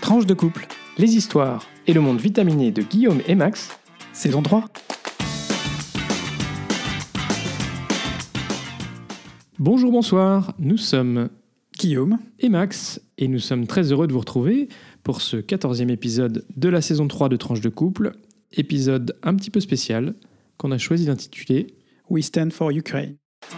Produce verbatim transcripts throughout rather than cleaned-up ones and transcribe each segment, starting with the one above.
Tranche de couple, les histoires et le monde vitaminé de Guillaume et Max, saison trois. Bonjour, bonsoir, nous sommes Guillaume et Max et nous sommes très heureux de vous retrouver pour ce quatorzième épisode de la saison trois de Tranche de couple, épisode un petit peu spécial qu'on a choisi d'intituler We Stand for Ukraine.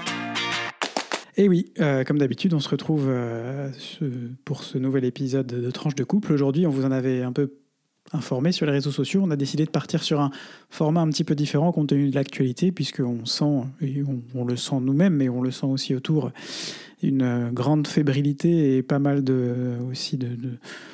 Et oui, euh, comme d'habitude, on se retrouve euh, ce, pour ce nouvel épisode de Tranche de couple. Aujourd'hui, on vous en avait un peu informé sur les réseaux sociaux. On a décidé de partir sur un format un petit peu différent compte tenu de l'actualité, puisqu'on sent, et on, on le sent nous-mêmes, mais on le sent aussi autour, une grande fébrilité et pas mal de, aussi de, de,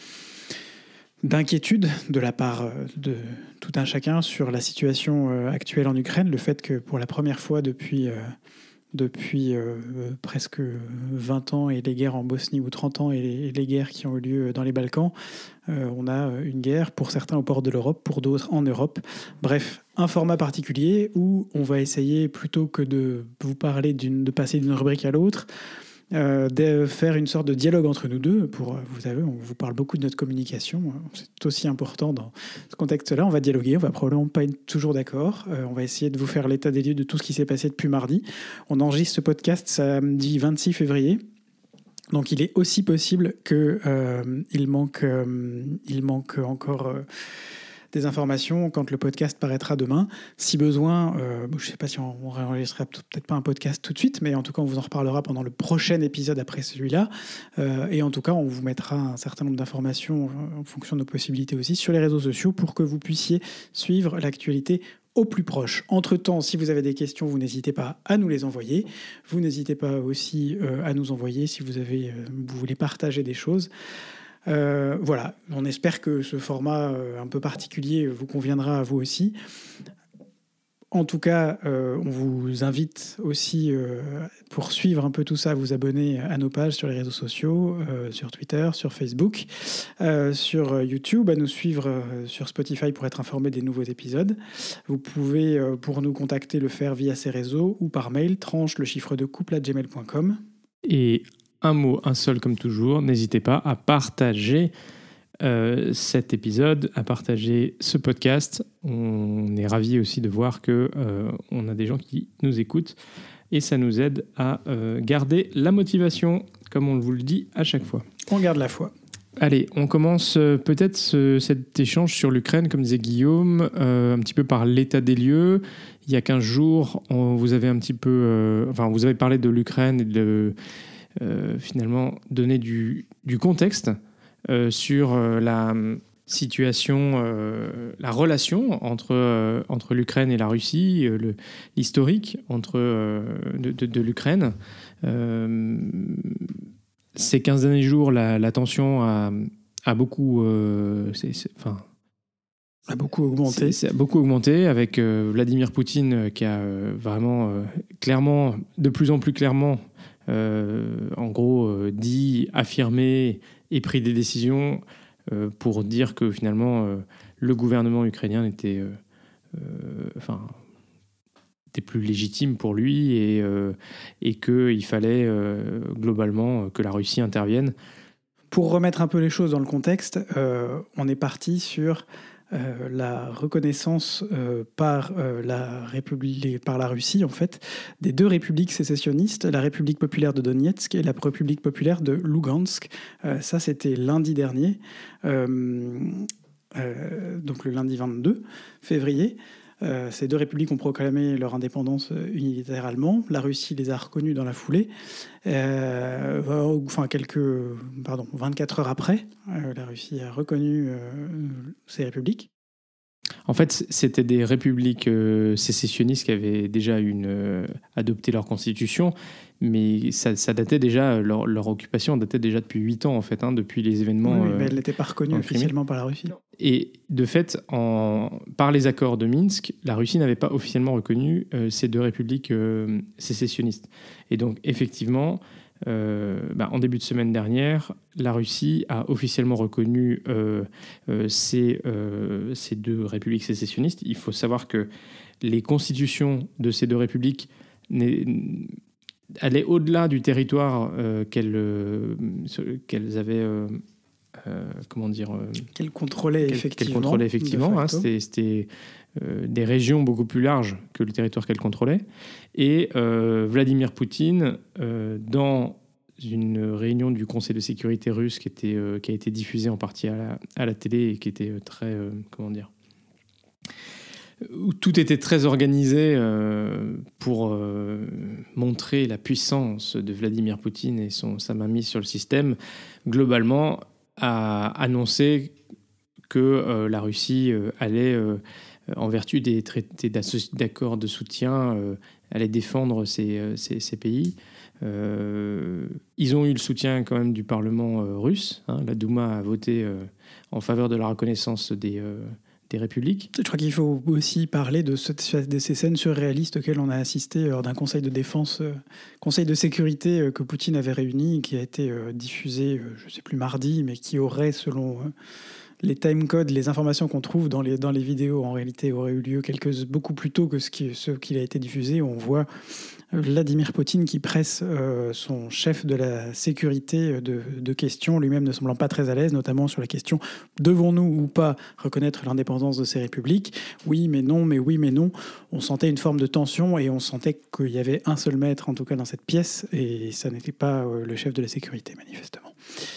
d'inquiétude de la part de tout un chacun sur la situation actuelle en Ukraine. Le fait que pour la première fois depuis... Euh, depuis euh, presque vingt ans et les guerres en Bosnie, ou trente ans et les, et les guerres qui ont eu lieu dans les Balkans, euh, on a une guerre pour certains aux portes de l'Europe, pour d'autres en Europe. Bref, un format particulier où on va essayer, plutôt que de vous parler, d'une, de passer d'une rubrique à l'autre, Euh, de faire une sorte de dialogue entre nous deux. Pour, vous savez, on vous parle beaucoup de notre communication. C'est aussi important dans ce contexte-là. On va dialoguer, on va probablement pas être toujours d'accord. Euh, on va essayer de vous faire l'état des lieux de tout ce qui s'est passé depuis mardi. On enregistre ce podcast samedi vingt-six février. Donc il est aussi possible qu'il euh, manque, euh, il manque encore... Euh, des informations quand le podcast paraîtra demain. Si besoin, euh, je ne sais pas si on, on réenregistrera peut-être pas un podcast tout de suite, mais en tout cas, on vous en reparlera pendant le prochain épisode après celui-là. Euh, et en tout cas, on vous mettra un certain nombre d'informations en fonction de nos possibilités aussi sur les réseaux sociaux pour que vous puissiez suivre l'actualité au plus proche. Entre-temps, si vous avez des questions, vous n'hésitez pas à nous les envoyer. Vous n'hésitez pas aussi euh, à nous envoyer si vous, avez, euh, vous voulez partager des choses. Euh, voilà, on espère que ce format euh, un peu particulier vous conviendra à vous aussi. En tout cas, euh, on vous invite aussi, euh, pour suivre un peu tout ça, à vous abonner à nos pages sur les réseaux sociaux, euh, sur Twitter, sur Facebook, euh, sur YouTube, à nous suivre euh, sur Spotify pour être informé des nouveaux épisodes. Vous pouvez, euh, pour nous contacter, le faire via ces réseaux ou par mail, tranche le chiffre de couple arobase gmail point com. Et un mot, un seul comme toujours, n'hésitez pas à partager euh, cet épisode, à partager ce podcast. On est ravis aussi de voir qu'on euh, a des gens qui nous écoutent et ça nous aide à euh, garder la motivation, comme on vous le dit à chaque fois. On garde la foi. Allez, on commence euh, peut-être ce, cet échange sur l'Ukraine, comme disait Guillaume, euh, un petit peu par l'état des lieux. Il y a quinze jours, on, vous avez un petit peu... Euh, enfin, vous avez parlé de l'Ukraine et de... Euh, finalement donner du, du contexte euh, sur euh, la situation, euh, la relation entre, euh, entre l'Ukraine et la Russie, euh, le, l'historique entre, euh, de, de, de l'Ukraine. Euh, ces quinze derniers jours, la, la tension a, a beaucoup... Euh, c'est, c'est, enfin, a beaucoup augmenté. C'est, c'est a beaucoup augmenté avec euh, Vladimir Poutine euh, qui a euh, vraiment euh, clairement, de plus en plus clairement, Euh, en gros, euh, dit, affirmé et pris des décisions euh, pour dire que finalement euh, le gouvernement ukrainien était, euh, euh, enfin, était plus légitime pour lui et, euh, et qu'il fallait euh, globalement que la Russie intervienne. Pour remettre un peu les choses dans le contexte, euh, on est parti sur euh, la reconnaissance euh, par, euh, la République, par la Russie, en fait, des deux républiques sécessionnistes, la République populaire de Donetsk et la République populaire de Lugansk. Euh, ça, c'était lundi dernier, euh, euh, donc le lundi vingt-deux février. Euh, ces deux républiques ont proclamé leur indépendance unilatéralement. La Russie les a reconnues dans la foulée. Euh, enfin, quelques, pardon, vingt-quatre heures après, euh, la Russie a reconnu euh, ces républiques. En fait, c'était des républiques euh, sécessionnistes qui avaient déjà une, euh, adopté leur constitution, mais ça, ça datait déjà, leur, leur occupation datait déjà depuis huit ans, en fait, hein, depuis les événements... Oui, mais euh, elle n'était pas reconnue officiellement par la Russie. Et de fait, en, par les accords de Minsk, la Russie n'avait pas officiellement reconnu euh, ces deux républiques euh, sécessionnistes. Et donc, effectivement... Euh, bah, en début de semaine dernière, la Russie a officiellement reconnu euh, euh, ces, euh, ces deux républiques sécessionnistes. Il faut savoir que les constitutions de ces deux républiques allaient au-delà du territoire euh, qu'elles, euh, qu'elles avaient euh, euh, comment dire euh, Qu'elle contrôlait qu'elle, effectivement. Qu'elle contrôlait effectivement. Hein, c'était c'était euh, des régions beaucoup plus larges que le territoire qu'elle contrôlait. Et euh, Vladimir Poutine, euh, dans une réunion du Conseil de sécurité russe qui, était, euh, qui a été diffusée en partie à la, à la télé et qui était euh, très, euh, comment dire, où tout était très organisé euh, pour euh, montrer la puissance de Vladimir Poutine et son, sa mainmise sur le système, globalement a annoncé que euh, la Russie euh, allait, euh, en vertu des traités d'accords de soutien, euh, allait défendre ces, ces, ces pays. Euh, ils ont eu le soutien quand même du Parlement euh, russe. Hein. La Douma a voté euh, en faveur de la reconnaissance des... Euh, des républiques. Je crois qu'il faut aussi parler de, ce, de ces scènes surréalistes auxquelles on a assisté lors d'un conseil de défense, euh, conseil de sécurité euh, que Poutine avait réuni, qui a été euh, diffusé, euh, je ne sais plus, mardi, mais qui aurait, selon euh, les timecodes, les informations qu'on trouve dans les, dans les vidéos, en réalité, aurait eu lieu quelques, beaucoup plus tôt que ce qui, ce qui a été diffusé. On voit Vladimir Poutine qui presse euh, son chef de la sécurité de, de questions, lui-même ne semblant pas très à l'aise, notamment sur la question « devons-nous ou pas reconnaître l'indépendance de ces républiques ?» Oui, mais non, mais oui, mais non. On sentait une forme de tension et on sentait qu'il y avait un seul maître, en tout cas dans cette pièce, et ça n'était pas euh, le chef de la sécurité, manifestement.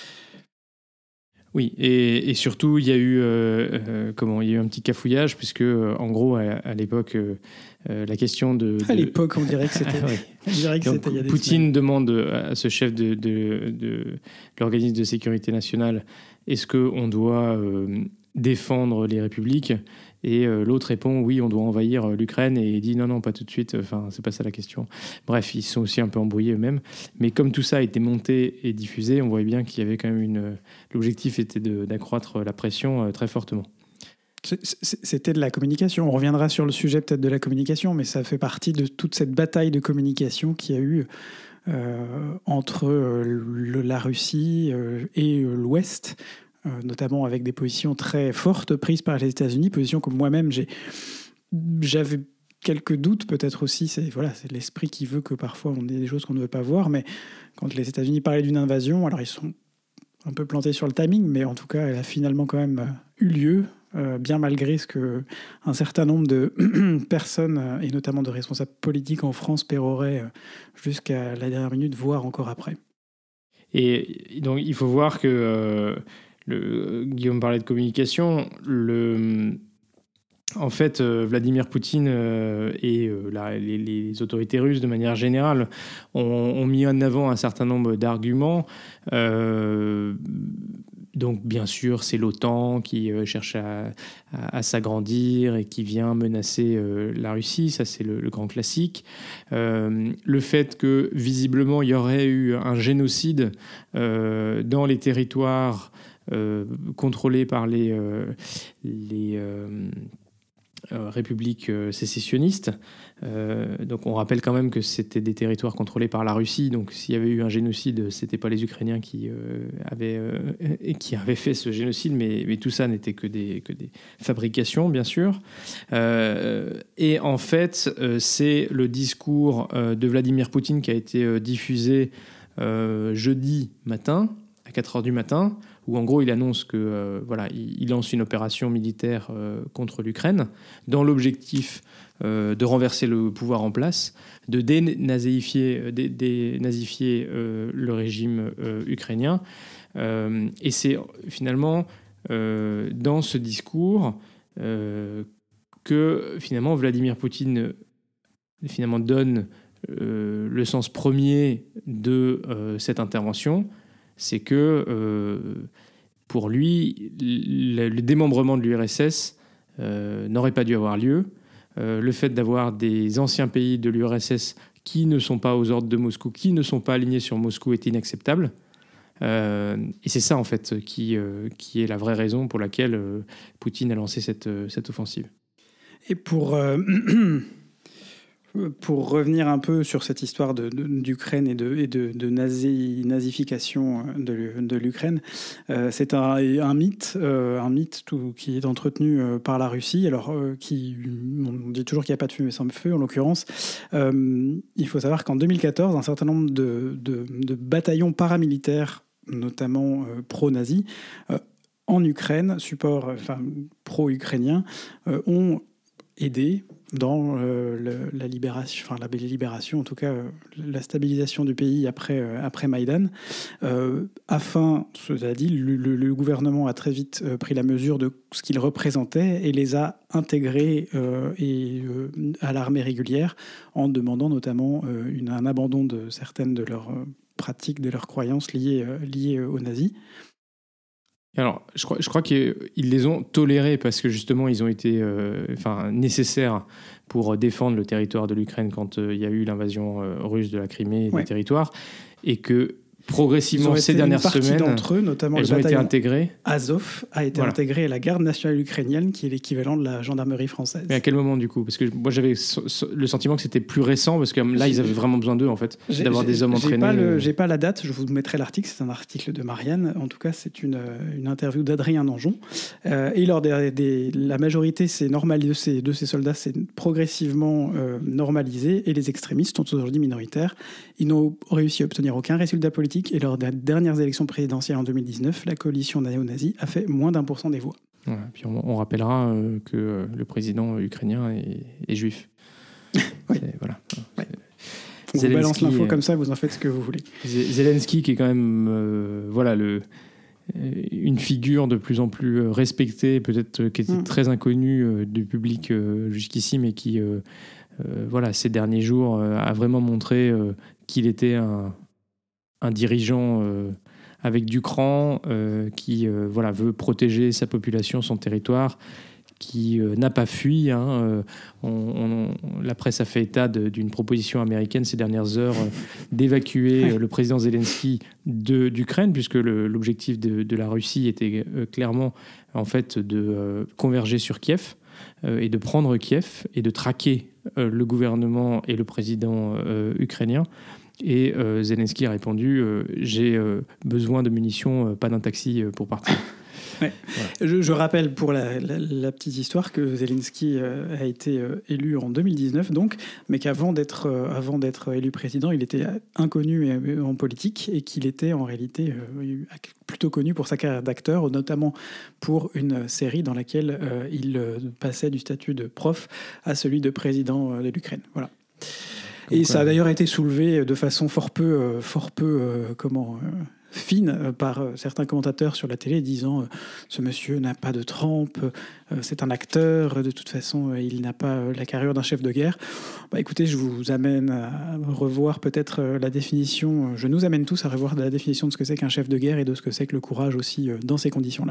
Oui, et, et surtout, il y a eu euh, euh, comment, il y a eu un petit cafouillage, puisque, euh, en gros, à, à l'époque, euh, euh, la question de... À de... l'époque, on dirait que c'était... oui. on dirait que Donc, c'était il y a des Poutine semaines. demande à ce chef de, de, de l'organisme de sécurité nationale, est-ce qu'on doit euh, défendre les républiques ? Et euh, l'autre répond, oui, on doit envahir l'Ukraine, et il dit, non, non, pas tout de suite, enfin, c'est pas ça la question. Bref, ils sont aussi un peu embrouillés eux-mêmes. Mais comme tout ça a été monté et diffusé, on voyait bien qu'il y avait quand même une... L'objectif était de, d'accroître la pression euh, très fortement. C'était de la communication. On reviendra sur le sujet peut-être de la communication, mais ça fait partie de toute cette bataille de communication qu'il y a eu euh, entre euh, le, la Russie euh, et euh, l'Ouest, euh, notamment avec des positions très fortes prises par les États-Unis, positions que moi-même j'ai, j'avais quelques doutes, peut-être aussi. C'est, voilà, c'est l'esprit qui veut que parfois on ait des choses qu'on ne veut pas voir, mais quand les États-Unis parlaient d'une invasion, alors ils sont un peu plantés sur le timing, mais en tout cas, elle a finalement quand même eu lieu. Euh, bien malgré ce qu'un certain nombre de personnes, euh, et notamment de responsables politiques en France, péroraient euh, jusqu'à la dernière minute, voire encore après. Et donc, il faut voir que, euh, le, Guillaume parlait de communication, le, en fait, euh, Vladimir Poutine euh, et euh, la, les, les autorités russes, de manière générale, ont, ont mis en avant un certain nombre d'arguments. Euh, Donc, bien sûr, c'est l'OTAN qui euh, cherche à, à, à s'agrandir et qui vient menacer euh, la Russie. Ça, c'est le, le grand classique. Euh, le fait que, visiblement, il y aurait eu un génocide euh, dans les territoires euh, contrôlés par les, euh, les euh, euh, républiques euh, sécessionnistes. Euh, donc on rappelle quand même que c'était des territoires contrôlés par la Russie, donc s'il y avait eu un génocide, c'était pas les Ukrainiens qui, euh, avaient, euh, qui avaient fait ce génocide, mais, mais tout ça n'était que des, que des fabrications, bien sûr. Euh, et en fait, euh, c'est le discours euh, de Vladimir Poutine qui a été euh, diffusé euh, jeudi matin, à quatre heures du matin, où en gros il annonce que euh, voilà, il, il lance une opération militaire euh, contre l'Ukraine, dans l'objectif euh, de renverser le pouvoir en place, de dénazifier, dé, dénazifier euh, le régime euh, ukrainien. Euh, et c'est finalement euh, dans ce discours euh, que finalement Vladimir Poutine finalement donne euh, le sens premier de euh, cette intervention. C'est que euh, pour lui, le, le démembrement de l'U R S S euh, n'aurait pas dû avoir lieu. Euh, le fait d'avoir des anciens pays de l'U R S S qui ne sont pas aux ordres de Moscou, qui ne sont pas alignés sur Moscou, est inacceptable. Euh, et c'est ça, en fait, qui, euh, qui est la vraie raison pour laquelle euh, Poutine a lancé cette, cette offensive. Et pour... Euh... Pour revenir un peu sur cette histoire de, de, d'Ukraine et de, et de, de nazi, nazification de, de l'Ukraine, euh, c'est un, un mythe, euh, un mythe tout, qui est entretenu euh, par la Russie. Alors, euh, qui, on dit toujours qu'il n'y a pas de fumée sans feu, en l'occurrence. Euh, il faut savoir qu'en deux mille quatorze, un certain nombre de, de, de bataillons paramilitaires notamment euh, pro-nazi, euh, en Ukraine, support enfin, pro-ukrainien, euh, ont aidé dans euh, le, la libération, enfin la libération, en tout cas euh, la stabilisation du pays après, euh, après Maïdan. Euh, afin, cela dit, le, le, le gouvernement a très vite euh, pris la mesure de ce qu'il représentait et les a intégrés euh, et, euh, à l'armée régulière en demandant notamment euh, une, un abandon de certaines de leurs euh, pratiques, de leurs croyances liées, euh, liées aux nazis. Alors, je crois, je crois qu'ils les ont tolérés parce que justement, ils ont été euh, enfin, nécessaires pour défendre le territoire de l'Ukraine quand euh, il y a eu l'invasion euh, russe de la Crimée et ouais. des territoires. Et que progressivement, ces dernières semaines, une partie d'entre eux, notamment elles le ont été bataillon intégrées. Azov a été voilà. intégré à la garde nationale ukrainienne, qui est l'équivalent de la gendarmerie française. Mais à quel moment, du coup ? Parce que moi, j'avais so- so- le sentiment que c'était plus récent, parce que là, j'ai, ils avaient vraiment besoin d'eux, en fait, j'ai, d'avoir j'ai, des hommes j'ai entraînés. Pas le, j'ai pas la date, je vous mettrai l'article, c'est un article de Marianne. En tout cas, c'est une, une interview d'Adrien Nanjon. Euh, et lors des, des, la majorité c'est normal, de, ces, de ces soldats, c'est progressivement euh, normalisé, et les extrémistes sont aujourd'hui minoritaires. Ils n'ont réussi à obtenir aucun résultat politique, et lors des dernières élections présidentielles en deux mille dix-neuf, la coalition néo-nazie a fait moins d'un pour cent des voix. Voilà. Puis on, on rappellera euh, que euh, le président ukrainien est, est juif. Oui. C'est, voilà. Ouais. On vous balance l'info euh, comme ça, vous en faites ce que vous voulez. Zelensky, qui est quand même euh, voilà, le, une figure de plus en plus respectée, peut-être qui était mmh. très inconnue euh, du public euh, jusqu'ici, mais qui, euh, euh, voilà, ces derniers jours, euh, a vraiment montré euh, qu'il était un, un dirigeant euh, avec du cran, euh, qui euh, voilà, veut protéger sa population, son territoire, qui euh, n'a pas fui. Hein, euh, on, on, la presse a fait état de, d'une proposition américaine ces dernières heures euh, d'évacuer ouais. euh, le président Zelensky de, d'Ukraine, puisque le, l'objectif de, de la Russie était euh, clairement en fait, de euh, converger sur Kiev euh, et de prendre Kiev et de traquer euh, le gouvernement et le président euh, ukrainien. Et euh, Zelensky a répondu euh, « J'ai euh, besoin de munitions, euh, pas d'un taxi euh, pour partir ». Ouais. Voilà. Je, je rappelle pour la, la, la petite histoire que Zelensky euh, a été euh, élu en deux mille dix-neuf, donc, mais qu'avant d'être, euh, avant d'être élu président, il était inconnu euh, en politique et qu'il était en réalité euh, plutôt connu pour sa carrière d'acteur, notamment pour une série dans laquelle euh, il euh, passait du statut de prof à celui de président euh, de l'Ukraine. Voilà. Et ça a d'ailleurs été soulevé de façon fort peu, euh, fort peu euh, comment, euh, fine euh, par euh, certains commentateurs sur la télé, disant euh, ce monsieur n'a pas de trempe, euh, c'est un acteur, de toute façon euh, il n'a pas euh, la carrure d'un chef de guerre. Bah, écoutez, je vous amène à revoir peut-être euh, la définition, euh, je nous amène tous à revoir la définition de ce que c'est qu'un chef de guerre et de ce que c'est que le courage aussi euh, dans ces conditions-là.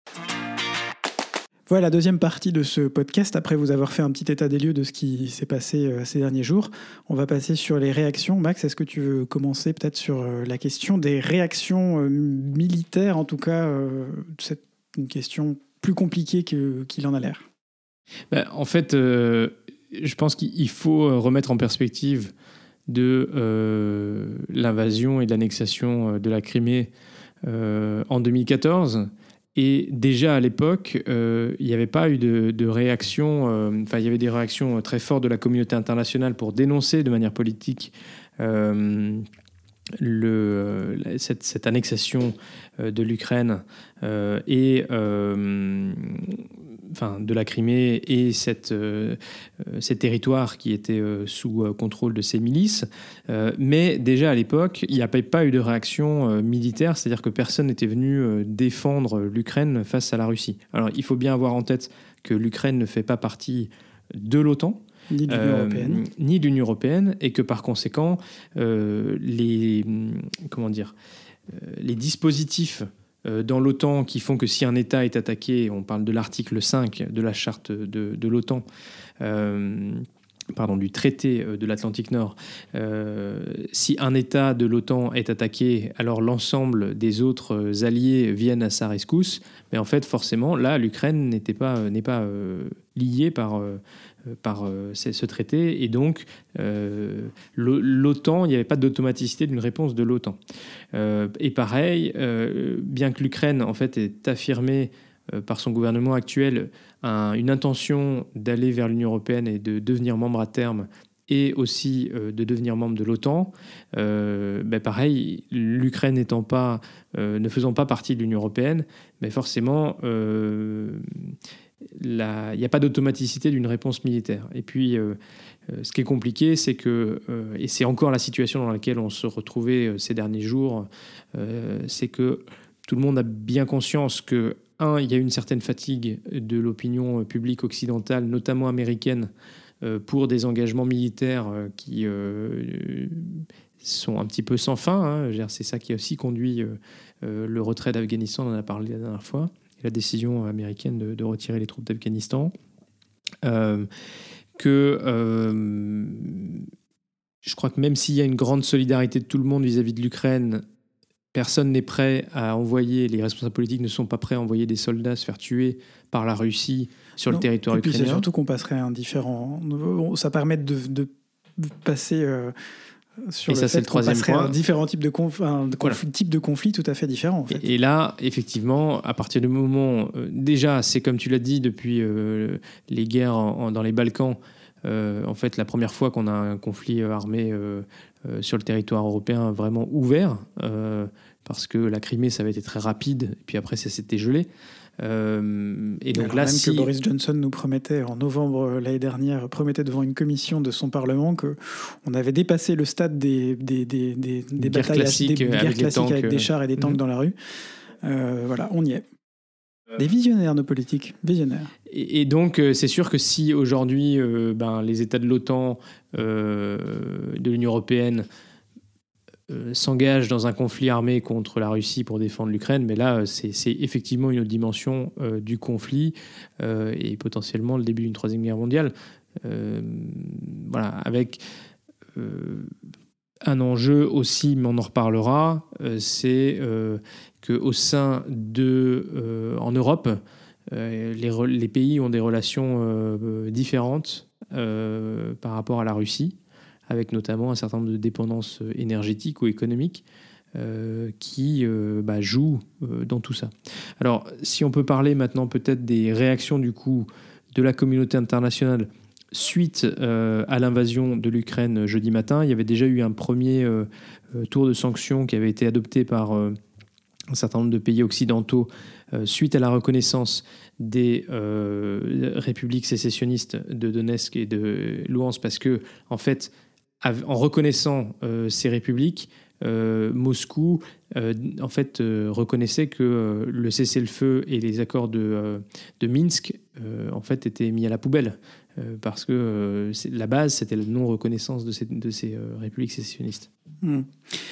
Voilà la deuxième partie de ce podcast. Après vous avoir fait un petit état des lieux de ce qui s'est passé euh, ces derniers jours, on va passer sur les réactions. Max, est-ce que tu veux commencer peut-être sur euh, la question des réactions euh, militaires, en tout cas, euh, c'est une question plus compliquée que, qu'il en a l'air. Ben, en fait, euh, je pense qu'il faut remettre en perspective de euh, l'invasion et de l'annexation de la Crimée euh, en deux mille quatorze. Et déjà à l'époque, euh, il n'y avait pas eu de, de réaction, enfin euh, il y avait des réactions très fortes de la communauté internationale pour dénoncer de manière politique euh, le, cette, cette annexation euh, de l'Ukraine euh, et euh, enfin, de la Crimée et cette, euh, ces territoires qui étaient euh, sous euh, contrôle de ces milices. Euh, mais déjà à l'époque, il n'y avait pas eu de réaction euh, militaire, c'est-à-dire que personne n'était venu euh, défendre l'Ukraine face à la Russie. Alors il faut bien avoir en tête que l'Ukraine ne fait pas partie de l'OTAN, Ni de l'Union euh, européenne. Ni de l'Union européenne, et que par conséquent, euh, les, comment dire, euh, les dispositifs euh, dans l'OTAN qui font que si un État est attaqué, on parle de l'article cinq de la charte de, de l'OTAN, euh, pardon, du traité de l'Atlantique Nord, euh, si un État de l'OTAN est attaqué, alors l'ensemble des autres alliés viennent à sa rescousse, mais en fait, forcément, là, l'Ukraine n'était pas, n'est pas euh, liée par... Euh, par euh, ce traité, et donc euh, l'OTAN, il n'y avait pas d'automaticité d'une réponse de l'OTAN. Euh, et pareil, euh, bien que l'Ukraine en fait ait affirmé euh, par son gouvernement actuel un, une intention d'aller vers l'Union européenne et de devenir membre à terme, et aussi euh, de devenir membre de l'OTAN. Euh, ben pareil, l'Ukraine n'étant pas, euh, ne faisant pas partie de l'Union européenne, mais forcément, euh, la, il n'y a pas d'automaticité d'une réponse militaire. Et puis, euh, ce qui est compliqué, c'est que, euh, et c'est encore la situation dans laquelle on se retrouvait ces derniers jours, euh, c'est que tout le monde a bien conscience que, un, il y a une certaine fatigue de l'opinion publique occidentale, notamment américaine, euh, pour des engagements militaires euh, qui euh, sont un petit peu sans fin. Hein. C'est ça qui a aussi conduit euh, euh, le retrait d'Afghanistan, on en a parlé la dernière fois, et la décision américaine de, de retirer les troupes d'Afghanistan. Euh, que euh, je crois que même s'il y a une grande solidarité de tout le monde vis-à-vis de l'Ukraine, personne n'est prêt à envoyer, les responsables politiques ne sont pas prêts à envoyer des soldats se faire tuer par la Russie sur non, le territoire et puis ukrainien. C'est surtout qu'on passerait un différent... Ça permet de, de passer... Euh... sur et le ça, fait c'est le troisième qu'on passerait point. Un différent type de, conf... un de conflit, voilà. type de conflit tout à fait différent. En fait. et, et là, effectivement, à partir du moment... Euh, déjà, c'est comme tu l'as dit, depuis euh, les guerres en, en, dans les Balkans, euh, en fait, la première fois qu'on a un conflit armé euh, euh, sur le territoire européen vraiment ouvert, euh, parce que la Crimée, ça avait été très rapide, et puis après, ça s'était gelé. Euh, et donc Alors là, même si... que Boris Johnson nous promettait en novembre l'année dernière, promettait devant une commission de son Parlement qu'on avait dépassé le stade des, des, des, des, des guerre batailles classique des, des guerres avec, classiques tanks, avec des chars et des tanks mmh. dans la rue. Euh, voilà, on y est. Des visionnaires, nos politiques, visionnaires. Et, et donc, euh, c'est sûr que si aujourd'hui, euh, ben, les États de l'OTAN, euh, de l'Union européenne, euh, s'engagent dans un conflit armé contre la Russie pour défendre l'Ukraine, mais là, c'est, c'est effectivement une autre dimension euh, du conflit euh, et potentiellement le début d'une troisième guerre mondiale. Euh, voilà, avec euh, un enjeu aussi, mais on en reparlera, euh, c'est euh, qu'au sein de, euh, en Europe, euh, les, re- les pays ont des relations euh, différentes euh, par rapport à la Russie, avec notamment un certain nombre de dépendances énergétiques ou économiques euh, qui euh, bah, jouent euh, dans tout ça. Alors, si on peut parler maintenant peut-être des réactions du coup de la communauté internationale suite euh, à l'invasion de l'Ukraine jeudi matin, il y avait déjà eu un premier euh, tour de sanctions qui avait été adopté par euh, un certain nombre de pays occidentaux euh, suite à la reconnaissance des euh, républiques sécessionnistes de Donetsk et de Louhansk, parce que en fait, en reconnaissant euh, ces républiques, euh, Moscou euh, en fait euh, reconnaissait que euh, le cessez-le-feu et les accords de, euh, de Minsk euh, en fait étaient mis à la poubelle euh, parce que euh, c'est, la base c'était la non-reconnaissance de ces, de ces euh, républiques sécessionnistes. Mmh.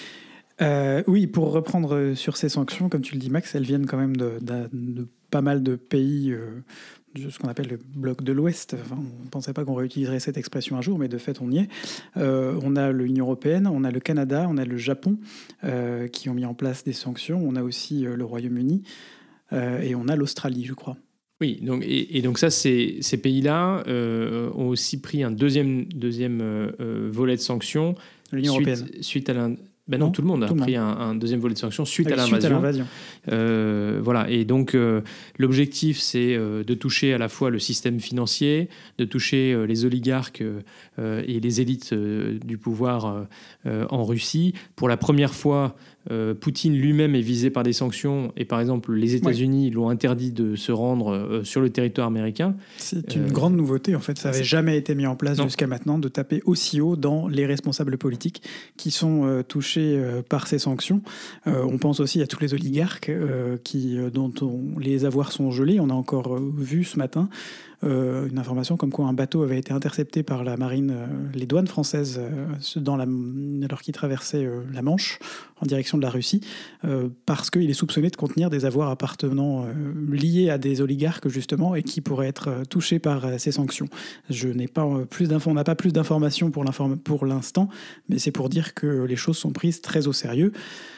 Euh, oui, pour reprendre sur ces sanctions, comme tu le dis Max, elles viennent quand même de, de, de pas mal de pays, euh, de ce qu'on appelle le bloc de l'Ouest. Enfin, on ne pensait pas qu'on réutiliserait cette expression un jour, mais de fait on y est. Euh, on a l'Union européenne, on a le Canada, on a le Japon euh, qui ont mis en place des sanctions. On a aussi euh, le Royaume-Uni euh, et on a l'Australie, je crois. Oui, donc, et, et donc ça, c'est, ces pays-là euh, ont aussi pris un deuxième, deuxième euh, volet de sanctions. L'Union suite, européenne. Suite à l'un... Ben non, non, tout le monde a pris un, un deuxième volet de sanctions suite, à, suite l'invasion. à l'invasion. Euh, voilà. Et donc, euh, l'objectif, c'est euh, de toucher à la fois le système financier, de toucher euh, les oligarques euh, et les élites euh, du pouvoir euh, en Russie. Pour la première fois, euh, Poutine lui-même est visé par des sanctions. Et par exemple, les États-Unis oui. l'ont interdit de se rendre euh, sur le territoire américain. C'est une euh, grande nouveauté, en fait. Ça n'avait jamais été mis en place non. jusqu'à maintenant, de taper aussi haut dans les responsables politiques qui sont euh, touchés par ces sanctions. Euh, on pense aussi à tous les oligarques euh, qui, dont on, les avoirs sont gelés. On a encore euh, vu ce matin euh, une information comme quoi un bateau avait été intercepté par la marine, euh, les douanes françaises, euh, dans la, alors qu'il traversait euh, la Manche en direction de la Russie, euh, parce qu'il est soupçonné de contenir des avoirs appartenant euh, liés à des oligarques justement et qui pourraient être euh, touchés par euh, ces sanctions. Je n'ai pas euh, plus d'infos, on n'a pas plus d'informations pour, pour l'instant, mais c'est pour dire que les choses sont prises très au sérieux,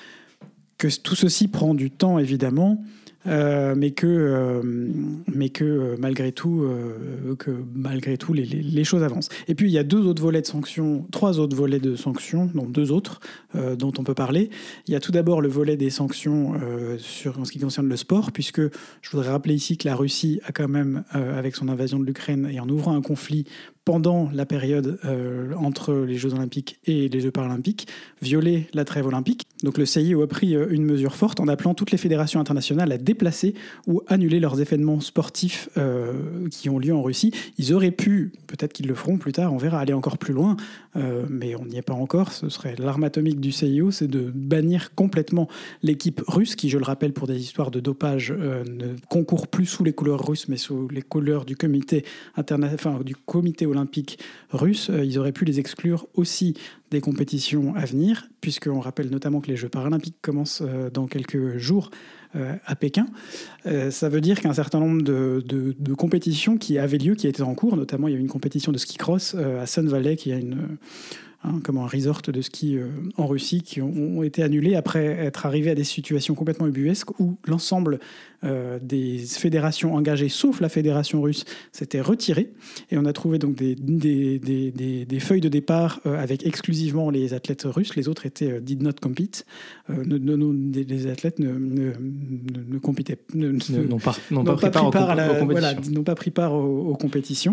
que tout ceci prend du temps évidemment, euh, mais que, euh, mais que euh, malgré tout, euh, que malgré tout les, les, les choses avancent. Et puis il y a deux autres volets de sanctions, trois autres volets de sanctions, donc deux autres euh, dont on peut parler. Il y a tout d'abord le volet des sanctions euh, sur, en ce qui concerne le sport, puisque je voudrais rappeler ici que la Russie a quand même, euh, avec son invasion de l'Ukraine et en ouvrant un conflit, pendant la période euh, entre les Jeux Olympiques et les Jeux Paralympiques, violer la trêve olympique. Donc le C I O a pris euh, une mesure forte en appelant toutes les fédérations internationales à déplacer ou annuler leurs événements sportifs euh, qui ont lieu en Russie. Ils auraient pu, peut-être qu'ils le feront plus tard, on verra, aller encore plus loin, euh, mais on n'y est pas encore. Ce serait l'arme atomique du C I O, c'est de bannir complètement l'équipe russe, qui, je le rappelle, pour des histoires de dopage, euh, ne concourt plus sous les couleurs russes, mais sous les couleurs du comité, interna- enfin, du comité olympique russe. Euh, ils auraient pu les exclure aussi des compétitions à venir, puisqu'on rappelle notamment que les Jeux paralympiques commencent euh, dans quelques jours euh, à Pékin. Euh, ça veut dire qu'un certain nombre de, de, de compétitions qui avaient lieu, qui étaient en cours, notamment il y a eu une compétition de ski cross euh, à Sun Valley, qui a une... Hein, comme un resort de ski euh, en Russie, qui ont, ont été annulés après être arrivés à des situations complètement ubuesques où l'ensemble euh, des fédérations engagées, sauf la fédération russe, s'étaient retirées. Et on a trouvé donc des, des, des, des, des feuilles de départ euh, avec exclusivement les athlètes russes. Les autres étaient euh, did not compete. Euh, ne, ne, ne, les athlètes ne, ne, ne, ne compétaient, ne, ne, n'ont pas, n'ont n'ont pas, pas pris part, à la, aux voilà, n'ont pas pris part aux, aux compétitions.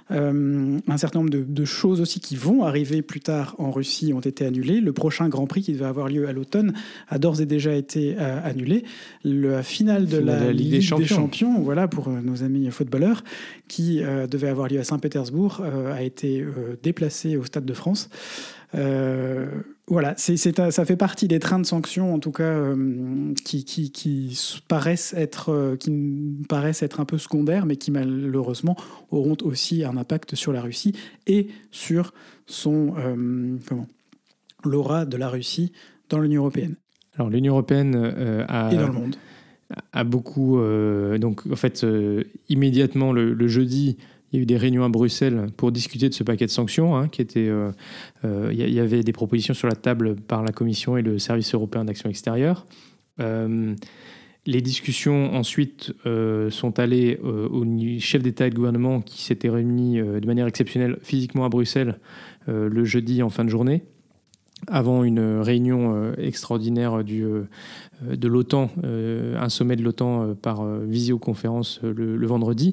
Euh, un certain nombre de, de choses aussi qui vont arriver plus tard en Russie ont été annulées. Le prochain Grand Prix qui devait avoir lieu à l'automne a d'ores et déjà été euh, annulé. La finale de la, la Ligue des Champions, des Champions voilà, pour euh, nos amis footballeurs, qui euh, devait avoir lieu à Saint-Pétersbourg, euh, a été euh, déplacée au Stade de France. Euh, voilà, c'est, c'est, ça fait partie des trains de sanctions, en tout cas, euh, qui, qui, qui, paraissent être, euh, qui paraissent être un peu secondaires, mais qui malheureusement auront aussi un impact sur la Russie et sur son, euh, comment, l'aura de la Russie dans l'Union européenne. Alors l'Union européenne euh, a, et dans le monde. a beaucoup, euh, donc en fait, euh, immédiatement le, le jeudi, il y a eu des réunions à Bruxelles pour discuter de ce paquet de sanctions, hein, qui était, euh, euh, il y avait des propositions sur la table par la Commission et le Service européen d'action extérieure. Euh, les discussions ensuite euh, sont allées euh, au chef d'État et de gouvernement qui s'étaient réunis euh, de manière exceptionnelle physiquement à Bruxelles euh, le jeudi en fin de journée, avant une réunion euh, extraordinaire du, euh, de l'OTAN, euh, un sommet de l'OTAN euh, par euh, visioconférence euh, le, le vendredi.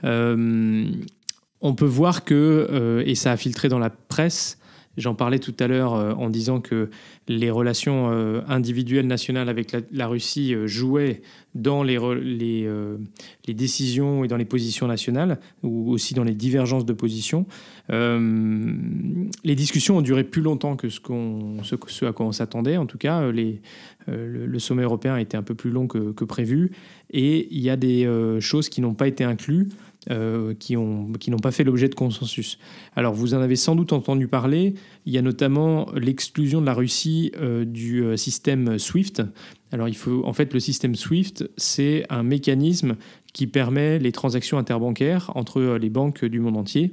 Euh, on peut voir que, euh, et ça a filtré dans la presse, j'en parlais tout à l'heure euh, en disant que les relations euh, individuelles nationales avec la, la Russie euh, jouaient dans les, les, euh, les décisions et dans les positions nationales, ou aussi dans les divergences de positions. Euh, les discussions ont duré plus longtemps que ce, qu'on, ce, ce à quoi on s'attendait. En tout cas, les, euh, le, le sommet européen a été un peu plus long que, que prévu. Et il y a des euh, choses qui n'ont pas été incluses, Euh, qui, ont, qui n'ont pas fait l'objet de consensus. Alors, vous en avez sans doute entendu parler. Il y a notamment l'exclusion de la Russie euh, du euh, système SWIFT. Alors, il faut, en fait, le système SWIFT, c'est un mécanisme qui permet les transactions interbancaires entre euh, les banques du monde entier.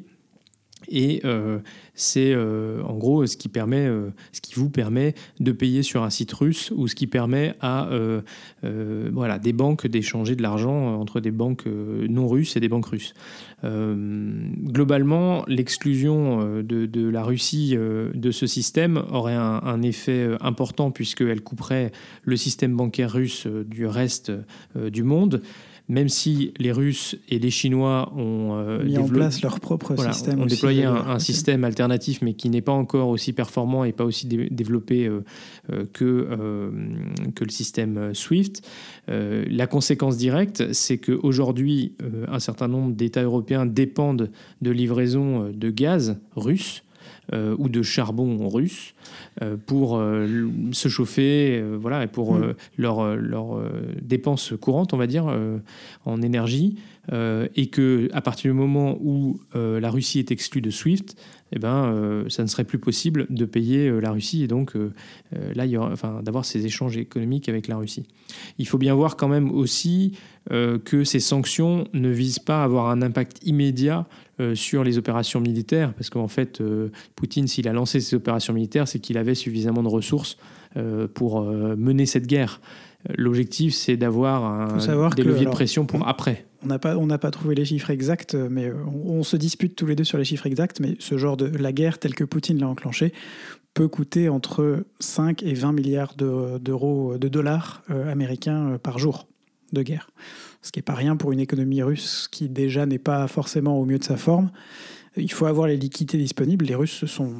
Et euh, c'est euh, en gros ce qui permet, euh, ce qui vous permet de payer sur un site russe, ou ce qui permet à euh, euh, voilà, des banques d'échanger de l'argent entre des banques non russes et des banques russes. Euh, globalement, l'exclusion de, de la Russie euh, de ce système aurait un, un effet important, puisqu'elle couperait le système bancaire russe du reste euh, du monde. Même si les Russes et les Chinois ont euh, mis développé, en place leur propre voilà, système, ont aussi déployé de... un, un système alternatif, mais qui n'est pas encore aussi performant et pas aussi dé- développé euh, euh, que, euh, que le système SWIFT. Euh, la conséquence directe, c'est qu'aujourd'hui, euh, un certain nombre d'États européens dépendent de livraisons de gaz russe, Euh, ou de charbon russe euh, pour euh, se chauffer, euh, voilà, et pour euh, leurs leur, euh, dépenses courantes, on va dire, euh, en énergie, euh, et que à partir du moment où euh, la Russie est exclue de SWIFT, eh ben, euh, ça ne serait plus possible de payer euh, la Russie, et donc euh, euh, là, il y aura, enfin, d'avoir ces échanges économiques avec la Russie. Il faut bien voir quand même aussi euh, que ces sanctions ne visent pas à avoir un impact immédiat euh, sur les opérations militaires, parce qu'en fait, euh, Poutine, s'il a lancé ces opérations militaires, c'est qu'il avait suffisamment de ressources euh, pour euh, mener cette guerre. L'objectif, c'est d'avoir un, des que, leviers alors, de pression pour on, après. On n'a pas, on n'a pas trouvé les chiffres exacts, mais on, on se dispute tous les deux sur les chiffres exacts, mais ce genre de la guerre telle que Poutine l'a enclenchée peut coûter entre cinq et vingt milliards de, d'euros, de dollars euh, américains euh, par jour de guerre. Ce qui n'est pas rien pour une économie russe qui déjà n'est pas forcément au mieux de sa forme. il faut avoir les liquidités disponibles. Les Russes se sont,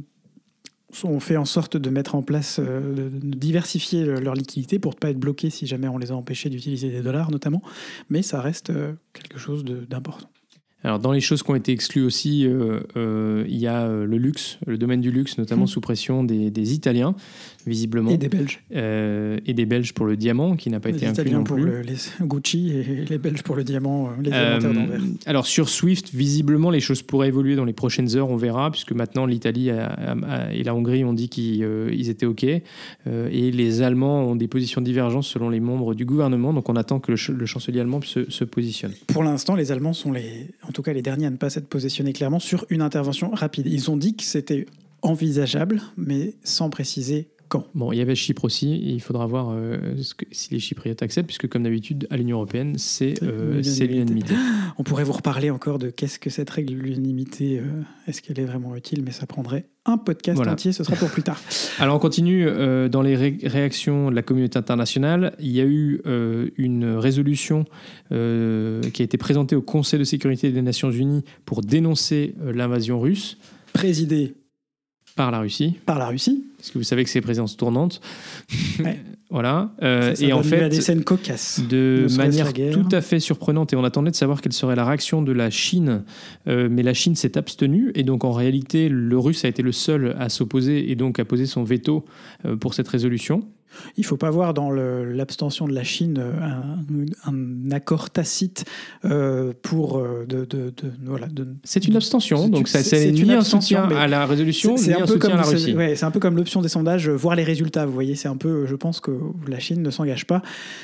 ont fait en sorte de mettre en place, euh, de diversifier leurs liquidités pour ne pas être bloqués si jamais on les a empêchés d'utiliser des dollars notamment, mais ça reste euh, quelque chose de, d'important. Alors, dans les choses qui ont été exclues aussi, euh, euh, il y a euh, le luxe, le domaine du luxe, notamment mmh. sous pression des, des Italiens, visiblement. Et des Belges. Euh, et des Belges pour le diamant, qui n'a pas les été inclus Italiens non pour plus. Le, les Gucci et les Belges pour le diamant, les diamantaires euh, d'Anvers. Alors, sur Swift, visiblement, les choses pourraient évoluer dans les prochaines heures, on verra, puisque maintenant, l'Italie a, a, a, et la Hongrie ont dit qu'ils euh, ils étaient OK. Euh, et les Allemands ont des positions divergentes selon les membres du gouvernement. Donc, on attend que le, ch- le chancelier allemand se, se positionne. Pour l'instant, les Allemands sont les, en tout cas les derniers à ne pas s'être positionnés clairement sur une intervention rapide. Ils ont dit que c'était envisageable, mais sans préciser quand. Bon, il y avait Chypre aussi, et il faudra voir euh, ce que, si les Chypriotes acceptent, puisque comme d'habitude, à l'Union européenne, c'est, euh, c'est l'unanimité. On pourrait vous reparler encore de qu'est-ce que cette règle de l'unanimité, euh, est-ce qu'elle est vraiment utile, mais ça prendrait un podcast voilà. entier, ce sera pour plus tard. Alors on continue euh, dans les ré- réactions de la communauté internationale. Il y a eu euh, une résolution euh, qui a été présentée au Conseil de sécurité des Nations Unies pour dénoncer euh, l'invasion russe. Présidée par la Russie. Par la Russie. Parce que vous savez que c'est présidence tournante. Ouais. Voilà. Euh, ça, ça et en fait, à des scènes cocasses. De manière tout à fait surprenante, et on attendait de savoir quelle serait la réaction de la Chine, euh, mais la Chine s'est abstenue, et donc en réalité, le Russe a été le seul à s'opposer et donc à poser son veto euh, pour cette résolution. Il ne faut pas voir dans le, l'abstention de la Chine un, un accord tacite euh, pour euh, de, de, de voilà. De, c'est une abstention, c'est, donc ça c'est, c'est ni un soutien à la résolution, c'est, c'est ni un, un peu soutien comme, à la Russie. C'est, ouais, c'est un peu comme l'option des sondages, voir les résultats. Vous voyez, c'est un peu, je pense que la Chine ne s'engage pas.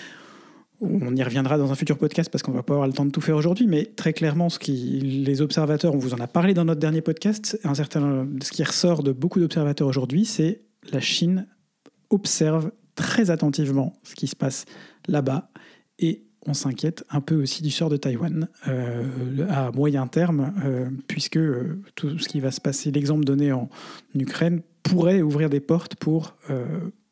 On y reviendra dans un futur podcast parce qu'on ne va pas avoir le temps de tout faire aujourd'hui, mais très clairement, ce qui, les observateurs, on vous en a parlé dans notre dernier podcast, un certain, ce qui ressort de beaucoup d'observateurs aujourd'hui, c'est la Chine observe très attentivement ce qui se passe là-bas et on s'inquiète un peu aussi du sort de Taïwan euh, à moyen terme, euh, puisque euh, tout ce qui va se passer, l'exemple donné en Ukraine, pourrait ouvrir des portes pour euh,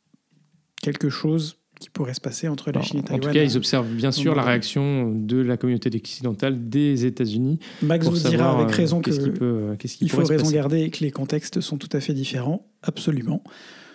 quelque chose qui pourrait se passer entre la Chine et Taïwan. En tout cas, ils observent bien sûr la réaction de la communauté occidentale, des États-Unis. Max vous dira avec raison qu'est-ce que qui peut, qu'est-ce qui il faut raison garder et que les contextes sont tout à fait différents, absolument.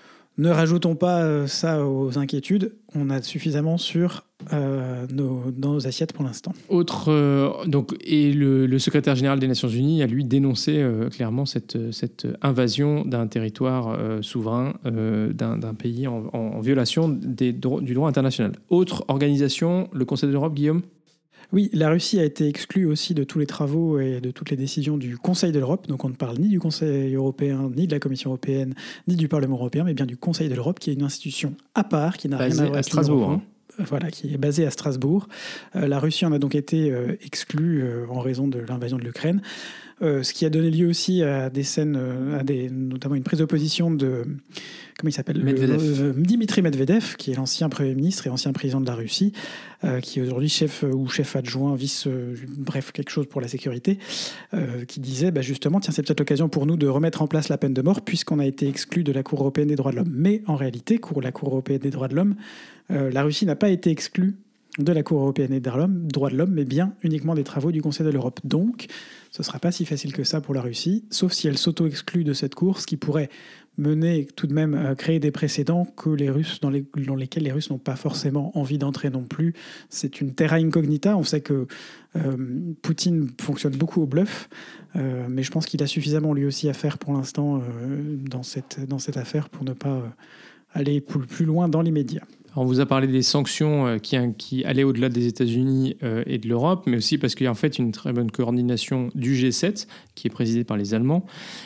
Ne rajoutons pas ça aux inquiétudes. On a suffisamment sur euh, nos, dans nos assiettes pour l'instant. Autre, euh, donc, et le, le secrétaire général des Nations Unies a lui dénoncé euh, clairement cette, cette invasion d'un territoire euh, souverain euh, d'un, d'un pays en, en, en violation des, du droit international. Autre organisation, le Conseil de l'Europe, Guillaume ? Oui, la Russie a été exclue aussi de tous les travaux et de toutes les décisions du Conseil de l'Europe. Donc on ne parle ni du Conseil européen, ni de la Commission européenne, ni du Parlement européen, mais bien du Conseil de l'Europe, qui est une institution à part, qui n'a Basé rien à voir à avec Strasbourg. Hein. Voilà, qui est basée à Strasbourg. Euh, la Russie en a donc été euh, exclue euh, en raison de l'invasion de l'Ukraine. Euh, ce qui a donné lieu aussi à des scènes, euh, à des, notamment une prise de position de, comment il s'appelle, Medvedev. Le, euh, Dimitri Medvedev, qui est l'ancien Premier ministre et ancien président de la Russie, euh, qui est aujourd'hui chef euh, ou chef adjoint, vice, euh, bref, quelque chose pour la sécurité, euh, qui disait bah, justement, tiens, c'est peut-être l'occasion pour nous de remettre en place la peine de mort puisqu'on a été exclu de la Cour européenne des droits de l'homme. Mais en réalité, pour la Cour européenne des droits de l'homme, euh, la Russie n'a pas été exclue de la Cour européenne des droits de l'homme, mais bien uniquement des travaux du Conseil de l'Europe. Donc, ce ne sera pas si facile que ça pour la Russie, sauf si elle s'auto-exclut de cette cour, ce qui pourrait mener tout de même à créer des précédents que les Russes, dans, les, dans lesquels les Russes n'ont pas forcément envie d'entrer non plus. C'est une terra incognita. On sait que euh, Poutine fonctionne beaucoup au bluff, euh, mais je pense qu'il a suffisamment lui aussi à faire pour l'instant euh, dans, cette, dans cette affaire pour ne pas euh, aller plus, plus loin dans l'immédiat. On vous a parlé des sanctions qui, qui allaient au-delà des États-Unis et de l'Europe, mais aussi parce qu'il y a en fait une très bonne coordination du G sept, qui est présidé par les Allemands,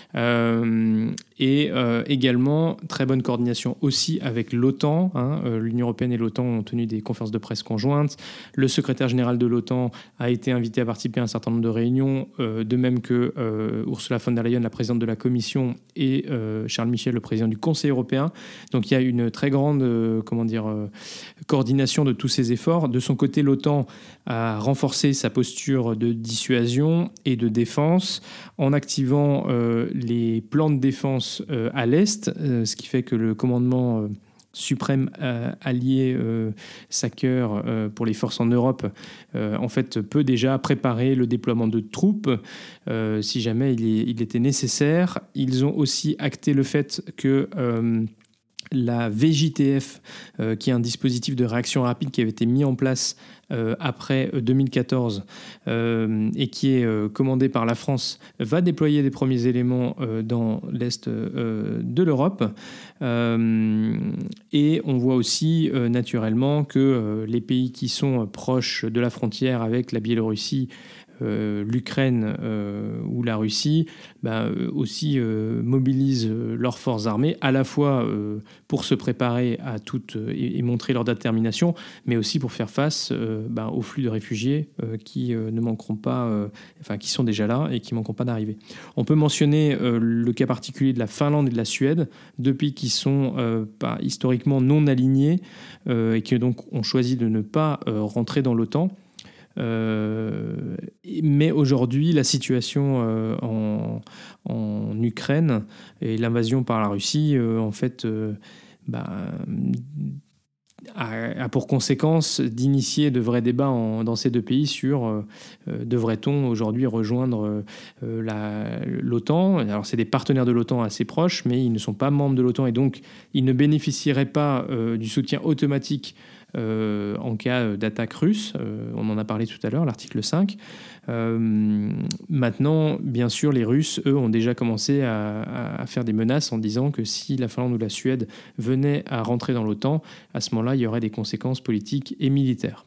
euh, et euh, également très bonne coordination aussi avec l'OTAN. Hein. L'Union européenne et l'OTAN ont tenu des conférences de presse conjointes. Le secrétaire général de l'OTAN a été invité à participer à un certain nombre de réunions, euh, de même que euh, Ursula von der Leyen, la présidente de la Commission, et euh, Charles Michel, le président du Conseil européen. Donc il y a une très grande, euh, comment dire, euh, coordination de tous ces efforts. De son côté, l'OTAN a renforcé sa posture de dissuasion et de défense en activant euh, les plans de défense euh, à l'Est, euh, ce qui fait que le commandement euh, suprême euh, allié euh, saqueur euh, pour les forces en Europe, euh, en fait, peut déjà préparer le déploiement de troupes euh, si jamais il, est, il était nécessaire. Ils ont aussi acté le fait que euh, la V J T F, euh, qui est un dispositif de réaction rapide qui avait été mis en place euh, après deux mille quatorze euh, et qui est euh, commandé par la France, va déployer des premiers éléments euh, dans l'Est euh, de l'Europe. Euh, et on voit aussi euh, naturellement que euh, les pays qui sont proches de la frontière avec la Biélorussie, Euh, l'Ukraine euh, ou la Russie bah, euh, aussi euh, mobilisent euh, leurs forces armées à la fois euh, pour se préparer à toutes euh, et, et montrer leur détermination, mais aussi pour faire face euh, bah, aux flux de réfugiés euh, qui euh, ne manqueront pas, euh, enfin qui sont déjà là et qui ne manqueront pas d'arriver. On peut mentionner euh, le cas particulier de la Finlande et de la Suède, deux pays qui sont euh, bah, historiquement non alignés euh, et qui donc ont choisi de ne pas euh, rentrer dans l'OTAN. Euh, mais aujourd'hui, la situation euh, en, en Ukraine et l'invasion par la Russie, euh, en fait, euh, bah, a, a pour conséquence d'initier de vrais débats en, dans ces deux pays sur euh, devrait-on aujourd'hui rejoindre euh, la, l'OTAN. Alors, c'est des partenaires de l'OTAN assez proches, mais ils ne sont pas membres de l'OTAN et donc ils ne bénéficieraient pas euh, du soutien automatique Euh, en cas d'attaque russe. Euh, on en a parlé tout à l'heure, l'article cinq. Euh, maintenant, bien sûr, les Russes, eux, ont déjà commencé à, à faire des menaces en disant que si la Finlande ou la Suède venaient à rentrer dans l'OTAN, à ce moment-là, il y aurait des conséquences politiques et militaires.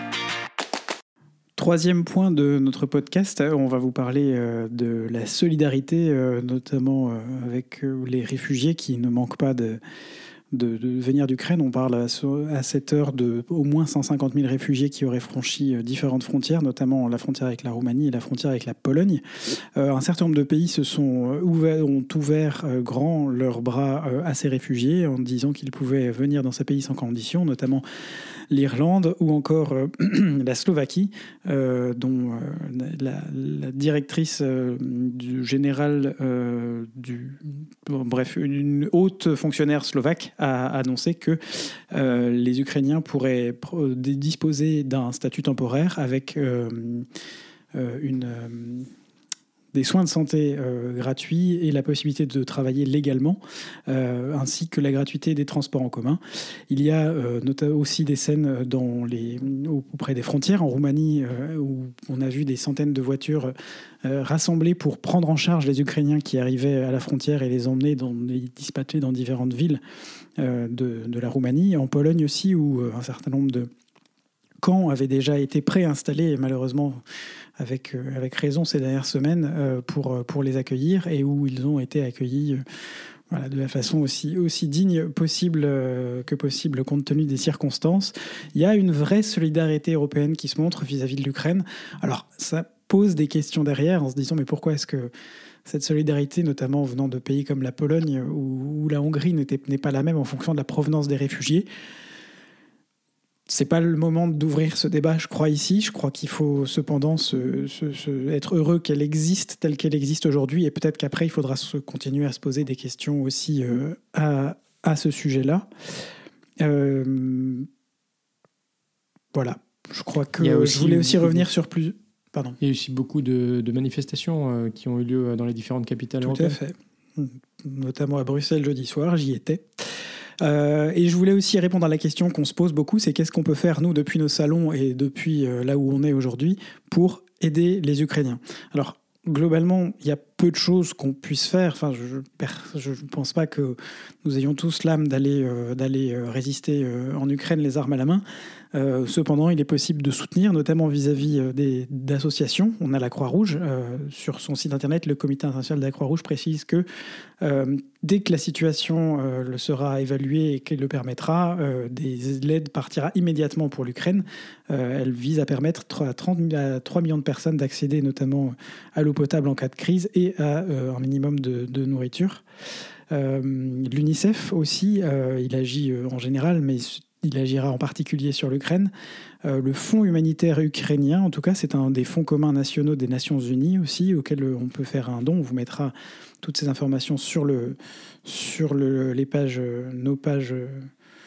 Troisième point de notre podcast, on va vous parler de la solidarité, notamment avec les réfugiés qui ne manquent pas de... De, de venir d'Ukraine. On parle à, à cette heure de au moins cent cinquante mille réfugiés qui auraient franchi différentes frontières, notamment la frontière avec la Roumanie et la frontière avec la Pologne. Euh, un certain nombre de pays se sont ouvert, ont ouvert euh, grand leurs bras euh, à ces réfugiés en disant qu'ils pouvaient venir dans ces pays sans condition, notamment l'Irlande ou encore euh, la Slovaquie, euh, dont euh, la, la directrice euh, du général euh, du bon, bref une haute fonctionnaire slovaque a annoncé que euh, les Ukrainiens pourraient pro- disposer d'un statut temporaire avec euh, euh, une euh, des soins de santé euh, gratuits et la possibilité de travailler légalement, euh, ainsi que la gratuité des transports en commun. Il y a euh, notamment aussi des scènes dans les, auprès des frontières, en Roumanie, euh, où on a vu des centaines de voitures euh, rassemblées pour prendre en charge les Ukrainiens qui arrivaient à la frontière et les emmener, dans, les dispatcher dans différentes villes euh, de, de la Roumanie. En Pologne aussi, où euh, un certain nombre de camps avaient déjà été préinstallés, et malheureusement avec, euh, avec raison ces dernières semaines, euh, pour, pour les accueillir, et où ils ont été accueillis euh, voilà, de la façon aussi, aussi digne possible, euh, que possible compte tenu des circonstances. Il y a une vraie solidarité européenne qui se montre vis-à-vis de l'Ukraine. Alors ça pose des questions derrière en se disant mais pourquoi est-ce que cette solidarité, notamment venant de pays comme la Pologne ou, ou la Hongrie, n'était, n'est pas la même en fonction de la provenance des réfugiés? C'est pas le moment d'ouvrir ce débat, je crois, ici. Je crois qu'il faut cependant se, se, se, être heureux qu'elle existe telle qu'elle existe aujourd'hui, et peut-être qu'après, il faudra se, continuer à se poser des questions aussi euh, à, à ce sujet-là. Euh, voilà. Je crois que je voulais aussi revenir de... sur plus... Pardon. Il y a aussi beaucoup de, de manifestations euh, qui ont eu lieu dans les différentes capitales européennes. Tout à fait. Notamment à Bruxelles jeudi soir, j'y étais. Euh, et je voulais aussi répondre à la question qu'on se pose beaucoup, c'est qu'est-ce qu'on peut faire, nous, depuis nos salons et depuis euh, là où on est aujourd'hui, pour aider les Ukrainiens. Alors, globalement, il y a peu de choses qu'on puisse faire. Enfin, je ne pense pas que nous ayons tous l'âme d'aller, euh, d'aller euh, résister euh, en Ukraine les armes à la main. Euh, cependant, il est possible de soutenir, notamment vis-à-vis euh, des, d'associations. On a la Croix-Rouge. Euh, sur son site internet, le Comité international de la Croix-Rouge précise que euh, dès que la situation euh, le sera évaluée et qu'elle le permettra, euh, des aides partira immédiatement pour l'Ukraine. Euh, elle vise à permettre à, trente, à trois millions de personnes d'accéder notamment à l'eau potable en cas de crise et à euh, un minimum de, de nourriture. Euh, L'UNICEF aussi, euh, il agit euh, en général, mais il agira en particulier sur l'Ukraine. Euh, le Fonds humanitaire ukrainien, en tout cas, c'est un des fonds communs nationaux des Nations Unies aussi, auquel on peut faire un don. On vous mettra toutes ces informations sur, le, sur le, les pages, nos pages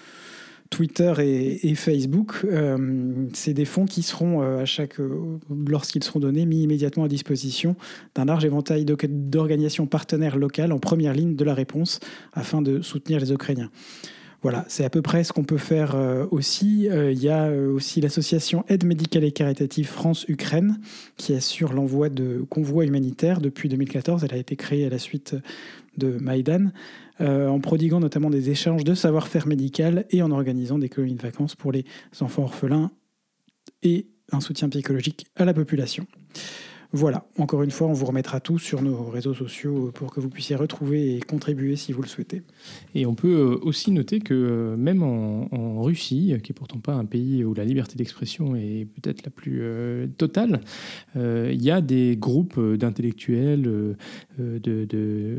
Twitter et, et Facebook. Euh, c'est des fonds qui seront, euh, à chaque, euh, lorsqu'ils seront donnés, mis immédiatement à disposition d'un large éventail d'organisations partenaires locales en première ligne de la réponse afin de soutenir les Ukrainiens. Voilà, c'est à peu près ce qu'on peut faire euh, aussi. Euh, il y a euh, aussi l'association Aide médicale et caritative France-Ukraine qui assure l'envoi de convois humanitaires depuis deux mille quatorze. Elle a été créée à la suite de Maïdan, euh, en prodiguant notamment des échanges de savoir-faire médical et en organisant des colonies de vacances pour les enfants orphelins et un soutien psychologique à la population. Voilà, encore une fois, on vous remettra tout sur nos réseaux sociaux pour que vous puissiez retrouver et contribuer si vous le souhaitez. Et on peut aussi noter que même en, en Russie, qui n'est pourtant pas un pays où la liberté d'expression est peut-être la plus euh, totale, euh, il y a des groupes d'intellectuels, euh, de... de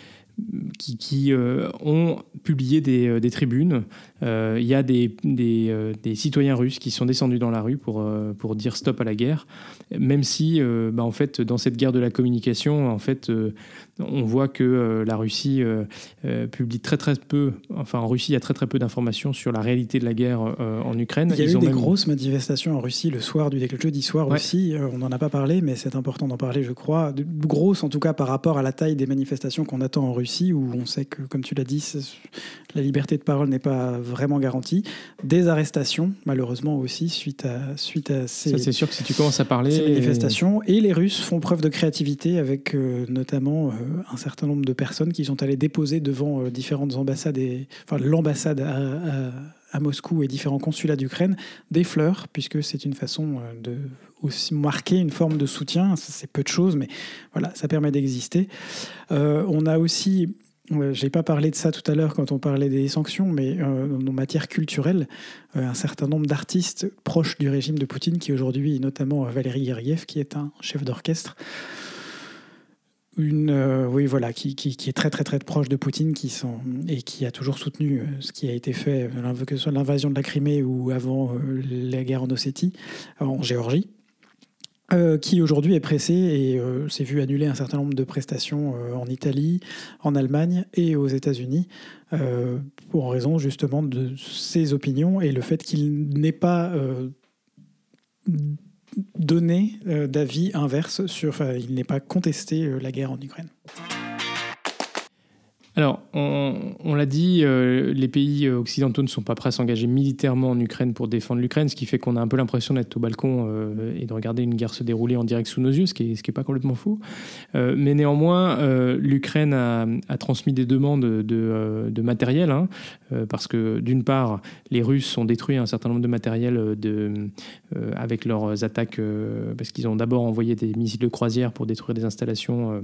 qui, qui euh, ont publié des, des tribunes. Euh, il y a des, des, euh, des citoyens russes qui sont descendus dans la rue pour, euh, pour dire stop à la guerre, même si euh, bah, en fait, dans cette guerre de la communication, en fait, euh, on voit que euh, la Russie euh, euh, publie très très peu, enfin en Russie il y a très très peu d'informations sur la réalité de la guerre euh, en Ukraine. Il y a Ils eu ont des même... grosses manifestations en Russie le soir du le jeudi soir ouais. aussi, euh, on n'en a pas parlé mais c'est important d'en parler je crois, de, grosses en tout cas par rapport à la taille des manifestations qu'on attend en Russie où on sait que comme tu l'as dit la liberté de parole n'est pas vraiment garantie, des arrestations malheureusement aussi suite à, suite à ces, Ça, c'est sûr que si tu commences à parler ces manifestations et... et les Russes font preuve de créativité avec euh, notamment euh, un certain nombre de personnes qui sont allées déposer devant euh, différentes ambassades, et, enfin l'ambassade à, à, à Moscou et différents consulats d'Ukraine, des fleurs, puisque c'est une façon euh, de aussi marquer une forme de soutien. Ça, c'est peu de choses, mais voilà, ça permet d'exister. Euh, on a aussi, euh, j'ai pas parlé de ça tout à l'heure quand on parlait des sanctions, mais euh, en matière culturelle, euh, un certain nombre d'artistes proches du régime de Poutine, qui aujourd'hui, notamment euh, Valéry Gergiev, qui est un chef d'orchestre, Une, euh, oui, voilà, qui, qui, qui est très, très, très proche de Poutine qui sont, et qui a toujours soutenu euh, ce qui a été fait, euh, que ce soit l'invasion de la Crimée ou avant euh, la guerre en Ossétie, en Géorgie, euh, qui aujourd'hui est pressé et euh, s'est vu annuler un certain nombre de prestations euh, en Italie, en Allemagne et aux États-Unis, euh, pour raison justement de ses opinions et le fait qu'il n'ait pas... Euh, donner euh, d'avis inverse sur, enfin, il n'est pas contesté euh, la guerre en Ukraine. Alors, on, on l'a dit, euh, les pays occidentaux ne sont pas prêts à s'engager militairement en Ukraine pour défendre l'Ukraine, ce qui fait qu'on a un peu l'impression d'être au balcon euh, et de regarder une guerre se dérouler en direct sous nos yeux, ce qui n'est ce qui est pas complètement faux. Euh, mais néanmoins, euh, l'Ukraine a, a transmis des demandes de, de, de matériel, hein, euh, parce que d'une part, les Russes ont détruit un certain nombre de matériel de, euh, avec leurs attaques, euh, parce qu'ils ont d'abord envoyé des missiles de croisière pour détruire des installations euh,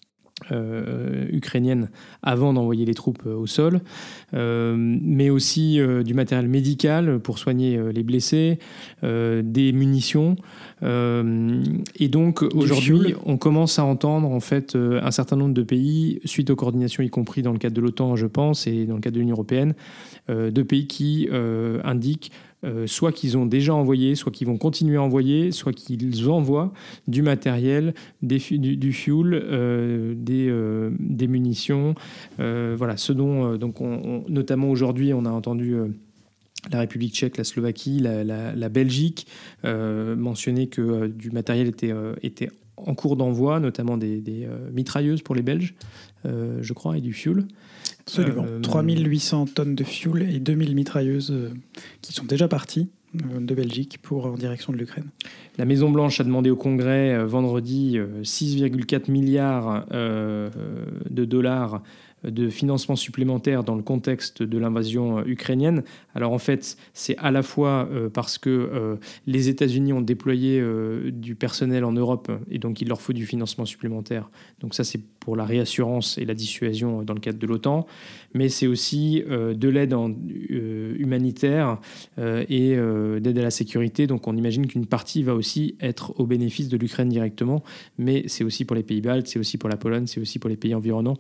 Euh, ukrainienne avant d'envoyer les troupes euh, au sol, euh, mais aussi euh, du matériel médical pour soigner euh, les blessés, euh, des munitions. Euh, et donc aujourd'hui, on commence à entendre en fait euh, un certain nombre de pays, suite aux coordinations, y compris dans le cadre de l'OTAN, je pense, et dans le cadre de l'Union européenne, euh, de pays qui euh, indiquent Euh, soit qu'ils ont déjà envoyé, soit qu'ils vont continuer à envoyer, soit qu'ils envoient du matériel, des fu- du, du fuel, euh, des, euh, des munitions. Euh, voilà, ce dont, euh, donc on, on, notamment aujourd'hui, on a entendu euh, la République tchèque, la Slovaquie, la, la, la Belgique euh, mentionner que euh, du matériel était, euh, était en cours d'envoi, notamment des, des euh, mitrailleuses pour les Belges, euh, je crois, et du fuel. Absolument. Euh, trois mille huit cents tonnes de fuel et deux mille mitrailleuses euh, qui sont déjà parties euh, de Belgique pour en direction de l'Ukraine. La Maison-Blanche a demandé au Congrès euh, vendredi euh, six virgule quatre milliards euh, de dollars de financement supplémentaire dans le contexte de l'invasion ukrainienne. Alors en fait, c'est à la fois euh, parce que euh, les États-Unis ont déployé euh, du personnel en Europe et donc il leur faut du financement supplémentaire. Donc ça, c'est pour la réassurance et la dissuasion dans le cadre de l'OTAN. Mais c'est aussi euh, de l'aide en, euh, humanitaire euh, et euh, d'aide à la sécurité. Donc on imagine qu'une partie va aussi être au bénéfice de l'Ukraine directement. Mais c'est aussi pour les pays baltes, c'est aussi pour la Pologne, c'est aussi pour les pays environnants.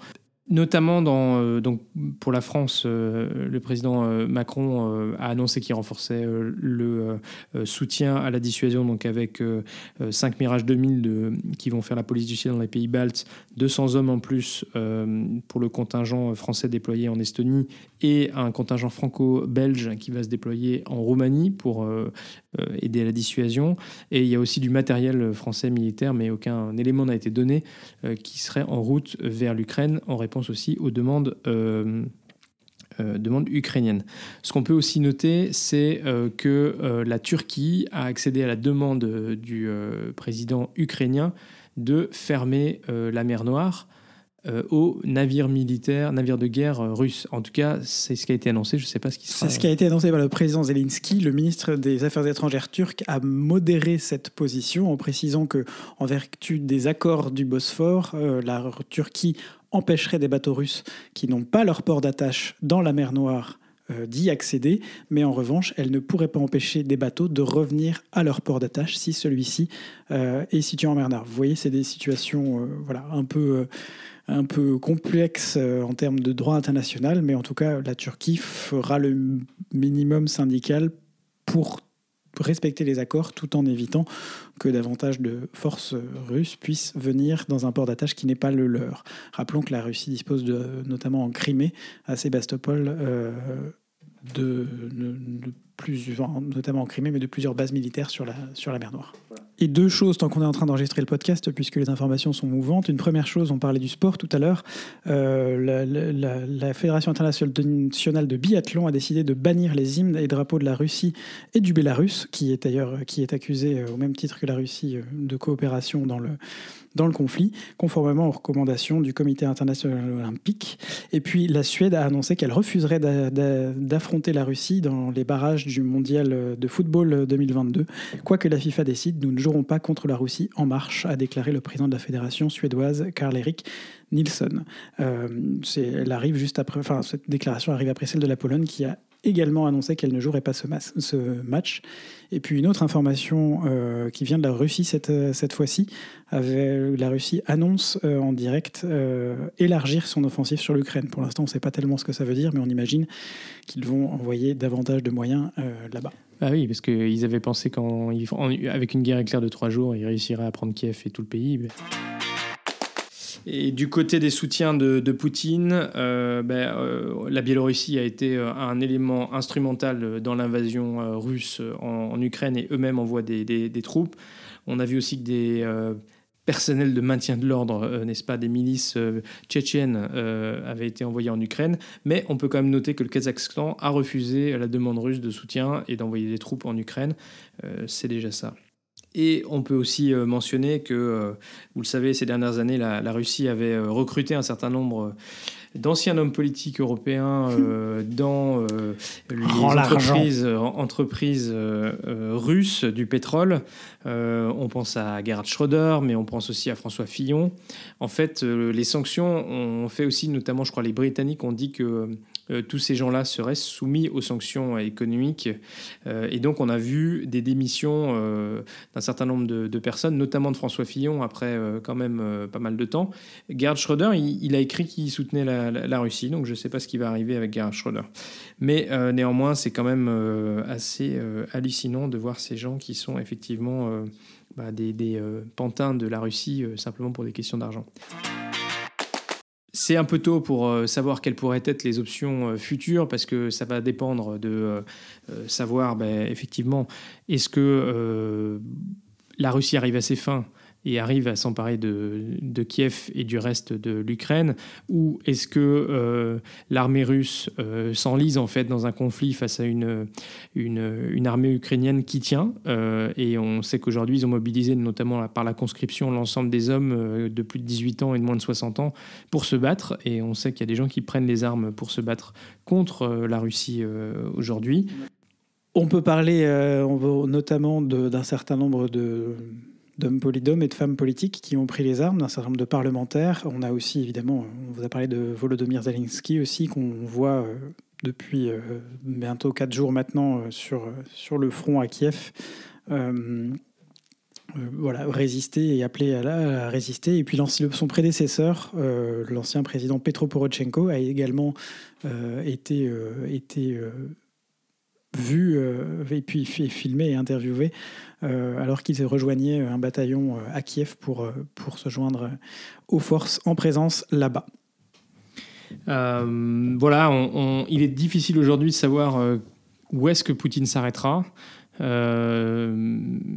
Notamment dans, euh, donc pour la France, euh, le président euh, Macron euh, a annoncé qu'il renforçait euh, le euh, soutien à la dissuasion, donc avec euh, cinq Mirage deux mille de, qui vont faire la police du ciel dans les pays baltes, deux cents hommes en plus euh, pour le contingent français déployé en Estonie et un contingent franco-belge qui va se déployer en Roumanie pour euh, euh, aider à la dissuasion. Et il y a aussi du matériel français militaire, mais aucun élément n'a été donné, euh, qui serait en route vers l'Ukraine en réponse aussi aux demandes, euh, euh, demandes ukrainiennes. Ce qu'on peut aussi noter, c'est euh, que euh, la Turquie a accédé à la demande euh, du euh, président ukrainien de fermer euh, la mer Noire euh, aux navires militaires, navires de guerre euh, russes. En tout cas, c'est ce qui a été annoncé. Je ne sais pas ce qui sera... C'est ce qui a été annoncé par le président Zelensky. Le ministre des Affaires étrangères turc a modéré cette position en précisant que, en vertu des accords du Bosphore, euh, la Turquie empêcherait des bateaux russes qui n'ont pas leur port d'attache dans la mer Noire euh, d'y accéder, mais en revanche, elle ne pourrait pas empêcher des bateaux de revenir à leur port d'attache si celui-ci euh, est situé en mer Noire. Vous voyez, c'est des situations euh, voilà, un peu... Euh, un peu complexe en termes de droit international, mais en tout cas, la Turquie fera le minimum syndical pour respecter les accords tout en évitant que davantage de forces russes puissent venir dans un port d'attache qui n'est pas le leur. Rappelons que la Russie dispose de, notamment en Crimée, à Sébastopol, euh, de, de, de plusieurs, notamment en Crimée, mais de plusieurs bases militaires sur la, sur la mer Noire. Et deux choses, tant qu'on est en train d'enregistrer le podcast, puisque les informations sont mouvantes. Une première chose, on parlait du sport tout à l'heure. Euh, la, la, la Fédération internationale de biathlon a décidé de bannir les hymnes et drapeaux de la Russie et du Bélarus, qui est d'ailleurs qui est accusé, au même titre que la Russie, de coopération dans le, dans le conflit, conformément aux recommandations du Comité international olympique. Et puis, la Suède a annoncé qu'elle refuserait d'a, d'a, d'affronter la Russie dans les barrages du mondial de football deux mille vingt-deux. Quoi que la FIFA décide, nous ne jouerons pas contre la Russie en marche, a déclaré le président de la fédération suédoise, Karl-Erik Nilsson. Euh, c'est, elle arrive juste après, enfin, cette déclaration arrive après celle de la Pologne qui a également annoncé qu'elle ne jouerait pas ce, mas- ce match. Et puis une autre information euh, qui vient de la Russie cette, cette fois-ci, avait, la Russie annonce euh, en direct euh, élargir son offensive sur l'Ukraine. Pour l'instant, on ne sait pas tellement ce que ça veut dire, mais on imagine qu'ils vont envoyer davantage de moyens euh, là-bas. Ah oui, parce qu'ils avaient pensé qu'avec une guerre éclair de trois jours, ils réussiraient à prendre Kiev et tout le pays. Mais... Et du côté des soutiens de, de Poutine, euh, ben, euh, la Biélorussie a été un élément instrumental dans l'invasion euh, russe en, en Ukraine et eux-mêmes envoient des, des, des troupes. On a vu aussi que des euh, personnels de maintien de l'ordre, euh, n'est-ce pas, des milices euh, tchétchènes euh, avaient été envoyés en Ukraine. Mais on peut quand même noter que le Kazakhstan a refusé la demande russe de soutien et d'envoyer des troupes en Ukraine. Euh, c'est déjà ça. Et on peut aussi euh, mentionner que, euh, vous le savez, ces dernières années, la, la Russie avait euh, recruté un certain nombre d'anciens hommes politiques européens euh, dans euh, les oh, entreprises, euh, entreprises euh, euh, russes du pétrole. Euh, on pense à Gerhard Schröder, mais on pense aussi à François Fillon. En fait, euh, les sanctions ont fait aussi, notamment, je crois, les Britanniques ont dit que euh, tous ces gens-là seraient soumis aux sanctions économiques. Euh, et donc, on a vu des démissions euh, d'un certain nombre de, de personnes, notamment de François Fillon, après euh, quand même euh, pas mal de temps. Gerhard Schröder, il, il a écrit qu'il soutenait la La, la Russie, donc je ne sais pas ce qui va arriver avec Gerhard Schröder. Mais euh, néanmoins, c'est quand même euh, assez euh, hallucinant de voir ces gens qui sont effectivement euh, bah, des, des euh, pantins de la Russie euh, simplement pour des questions d'argent. C'est un peu tôt pour euh, savoir quelles pourraient être les options euh, futures, parce que ça va dépendre de euh, savoir, bah, effectivement, est-ce que euh, la Russie arrive à ses fins et arrive à s'emparer de, de Kiev et du reste de l'Ukraine, ou est-ce que euh, l'armée russe euh, s'enlise en fait dans un conflit face à une, une, une armée ukrainienne qui tient, euh, et on sait qu'aujourd'hui ils ont mobilisé notamment par la conscription l'ensemble des hommes euh, de plus de dix-huit ans et de moins de soixante ans pour se battre, et on sait qu'il y a des gens qui prennent les armes pour se battre contre euh, la Russie euh, aujourd'hui. On peut parler euh, on veut, notamment de, d'un certain nombre de... d'hommes, d'hommes et de femmes politiques qui ont pris les armes, d'un certain nombre de parlementaires. On a aussi, évidemment, on vous a parlé de Volodymyr Zelensky aussi, qu'on voit euh, depuis euh, bientôt quatre jours maintenant euh, sur, sur le front à Kiev. Euh, euh, voilà, résister et appeler à, la, à résister. Et puis son prédécesseur, euh, l'ancien président Petro Poroshenko, a également euh, été, euh, été euh, vu euh, et puis filmé et interviewé euh, alors qu'il rejoignait un bataillon euh, à Kiev pour, euh, pour se joindre aux forces en présence là-bas. Euh, voilà, on, on, il est difficile aujourd'hui de savoir euh, où est-ce que Poutine s'arrêtera. Euh,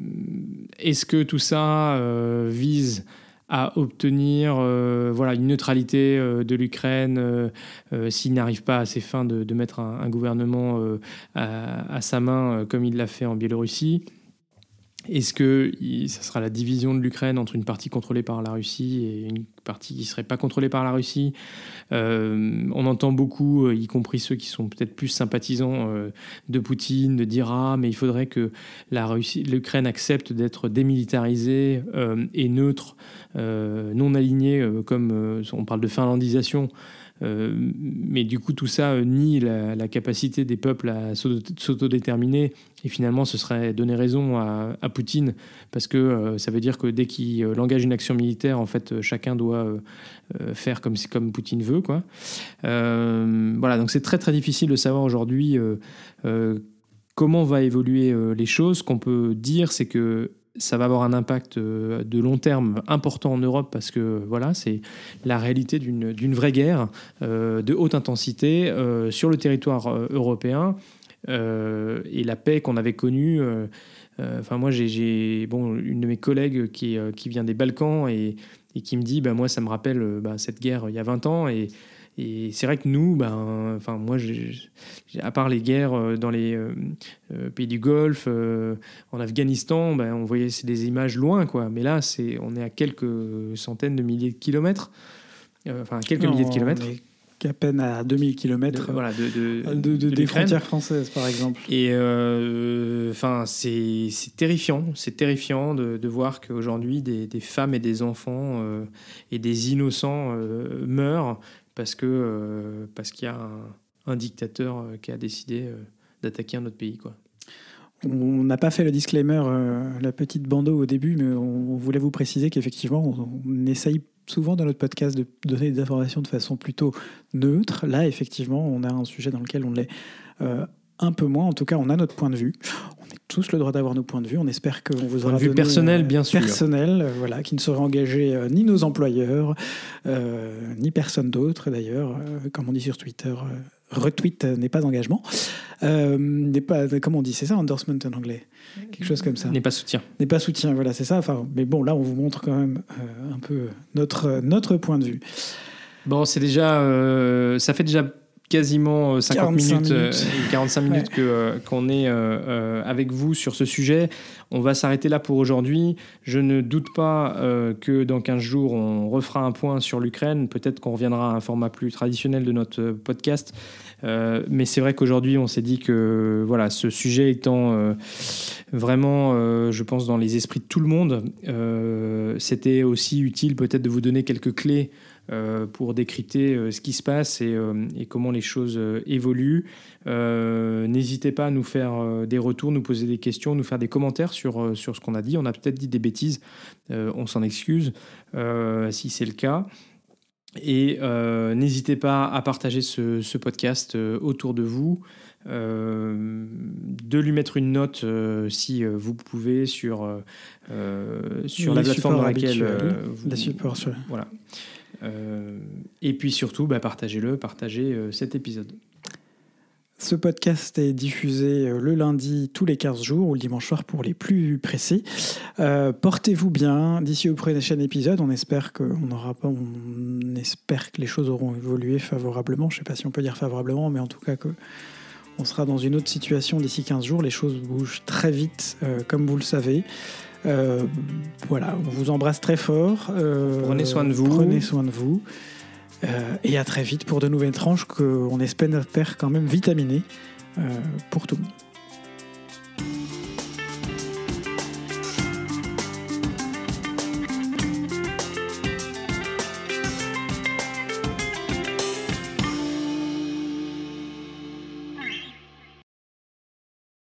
est-ce que tout ça euh, vise à obtenir euh, voilà, une neutralité euh, de l'Ukraine euh, euh, s'il n'arrive pas à ses fins de, de mettre un, un gouvernement euh, à, à sa main euh, comme il l'a fait en Biélorussie? Est-ce que ça sera la division de l'Ukraine entre une partie contrôlée par la Russie et une partie qui ne serait pas contrôlée par la Russie? euh, On entend beaucoup, y compris ceux qui sont peut-être plus sympathisants euh, de Poutine, de dire « Ah, mais il faudrait que la Russie, l'Ukraine accepte d'être démilitarisée euh, et neutre, euh, non alignée, euh, comme euh, on parle de finlandisation ». Euh, mais du coup, tout ça euh, nie la, la capacité des peuples à s'autodéterminer. Et finalement, ce serait donner raison à, à Poutine, parce que euh, ça veut dire que dès qu'il euh, engage une action militaire, en fait, chacun doit euh, faire comme, comme Poutine veut, quoi. Euh, voilà, donc c'est très très difficile de savoir aujourd'hui euh, euh, comment va évoluer euh, les choses. Ce qu'on peut dire, c'est que ça va avoir un impact de long terme important en Europe parce que voilà, c'est la réalité d'une, d'une vraie guerre euh, de haute intensité euh, sur le territoire euh, européen euh, et la paix qu'on avait connue. Euh, euh, enfin, moi, j'ai, j'ai bon, une de mes collègues qui, euh, qui vient des Balkans et, et qui me dit bah, moi, ça me rappelle bah, cette guerre il y a vingt ans. Et, Et c'est vrai que nous, ben, enfin, moi, j'ai, j'ai, à part les guerres dans les euh, euh, pays du Golfe, euh, en Afghanistan, ben, on voyait c'est des images loin, quoi. Mais là, c'est, on est à quelques centaines de milliers de kilomètres, euh, enfin, quelques non, milliers de kilomètres. On est qu'à peine à deux mille kilomètres de, voilà, de, de, de, de, de des l'Ukraine. Frontières françaises, par exemple. Et euh, enfin, c'est, c'est terrifiant, c'est terrifiant de, de voir qu'aujourd'hui, des, des femmes et des enfants euh, et des innocents euh, meurent. Parce que euh, parce qu'il y a un, un dictateur euh, qui a décidé euh, d'attaquer un autre pays, quoi. On n'a pas fait le disclaimer, euh, la petite bandeau au début, mais on, on voulait vous préciser qu'effectivement, on, on essaye souvent dans notre podcast de donner des informations de façon plutôt neutre. Là, effectivement, on a un sujet dans lequel on l'est euh, un peu moins. En tout cas, on a notre point de vue. On a tous le droit d'avoir nos points de vue. On espère qu'on vous aura point de vue donné, personnel, euh, bien sûr. Personnel, euh, voilà, qui ne seraient engagés euh, ni nos employeurs, euh, ni personne d'autre, d'ailleurs. Euh, comme on dit sur Twitter, euh, retweet n'est pas engagement. Euh, n'est pas, comment on dit, c'est ça, endorsement en anglais, quelque chose comme ça. N'est pas soutien. N'est pas soutien, voilà, c'est ça. Enfin, mais bon, là, on vous montre quand même euh, un peu notre, notre point de vue. Bon, c'est déjà, euh, ça fait déjà quasiment cinquante minutes, euh, quarante-cinq minutes ouais. que, euh, qu'on est euh, euh, avec vous sur ce sujet. On va s'arrêter là pour aujourd'hui. Je ne doute pas euh, que dans quinze jours, on refera un point sur l'Ukraine. Peut-être qu'on reviendra à un format plus traditionnel de notre podcast. Euh, mais c'est vrai qu'aujourd'hui, on s'est dit que voilà, ce sujet étant euh, vraiment, euh, je pense, dans les esprits de tout le monde, euh, c'était aussi utile peut-être de vous donner quelques clés Euh, pour décrypter euh, ce qui se passe et, euh, et comment les choses euh, évoluent. Euh, n'hésitez pas à nous faire euh, des retours, nous poser des questions, nous faire des commentaires sur, euh, sur ce qu'on a dit. On a peut-être dit des bêtises, euh, on s'en excuse euh, si c'est le cas. Et euh, n'hésitez pas à partager ce, ce podcast euh, autour de vous, euh, de lui mettre une note euh, si euh, vous pouvez sur, euh, sur la plateforme dans laquelle euh, vous, la support, sur... voilà. Euh, et puis surtout, bah, partagez-le, partagez euh, cet épisode. Ce podcast est diffusé le lundi tous les quinze jours ou le dimanche soir pour les plus pressés. Euh, portez-vous bien. D'ici au prochain épisode, on espère que on aura pas, on espère que les choses auront évolué favorablement. Je ne sais pas si on peut dire favorablement, mais en tout cas que on sera dans une autre situation d'ici quinze jours. Les choses bougent très vite, euh, comme vous le savez. Euh, voilà, on vous embrasse très fort. Euh, prenez soin de vous. Prenez soin de vous. Euh, et à très vite pour de nouvelles tranches qu'on espère quand même vitaminées euh, pour tout le monde.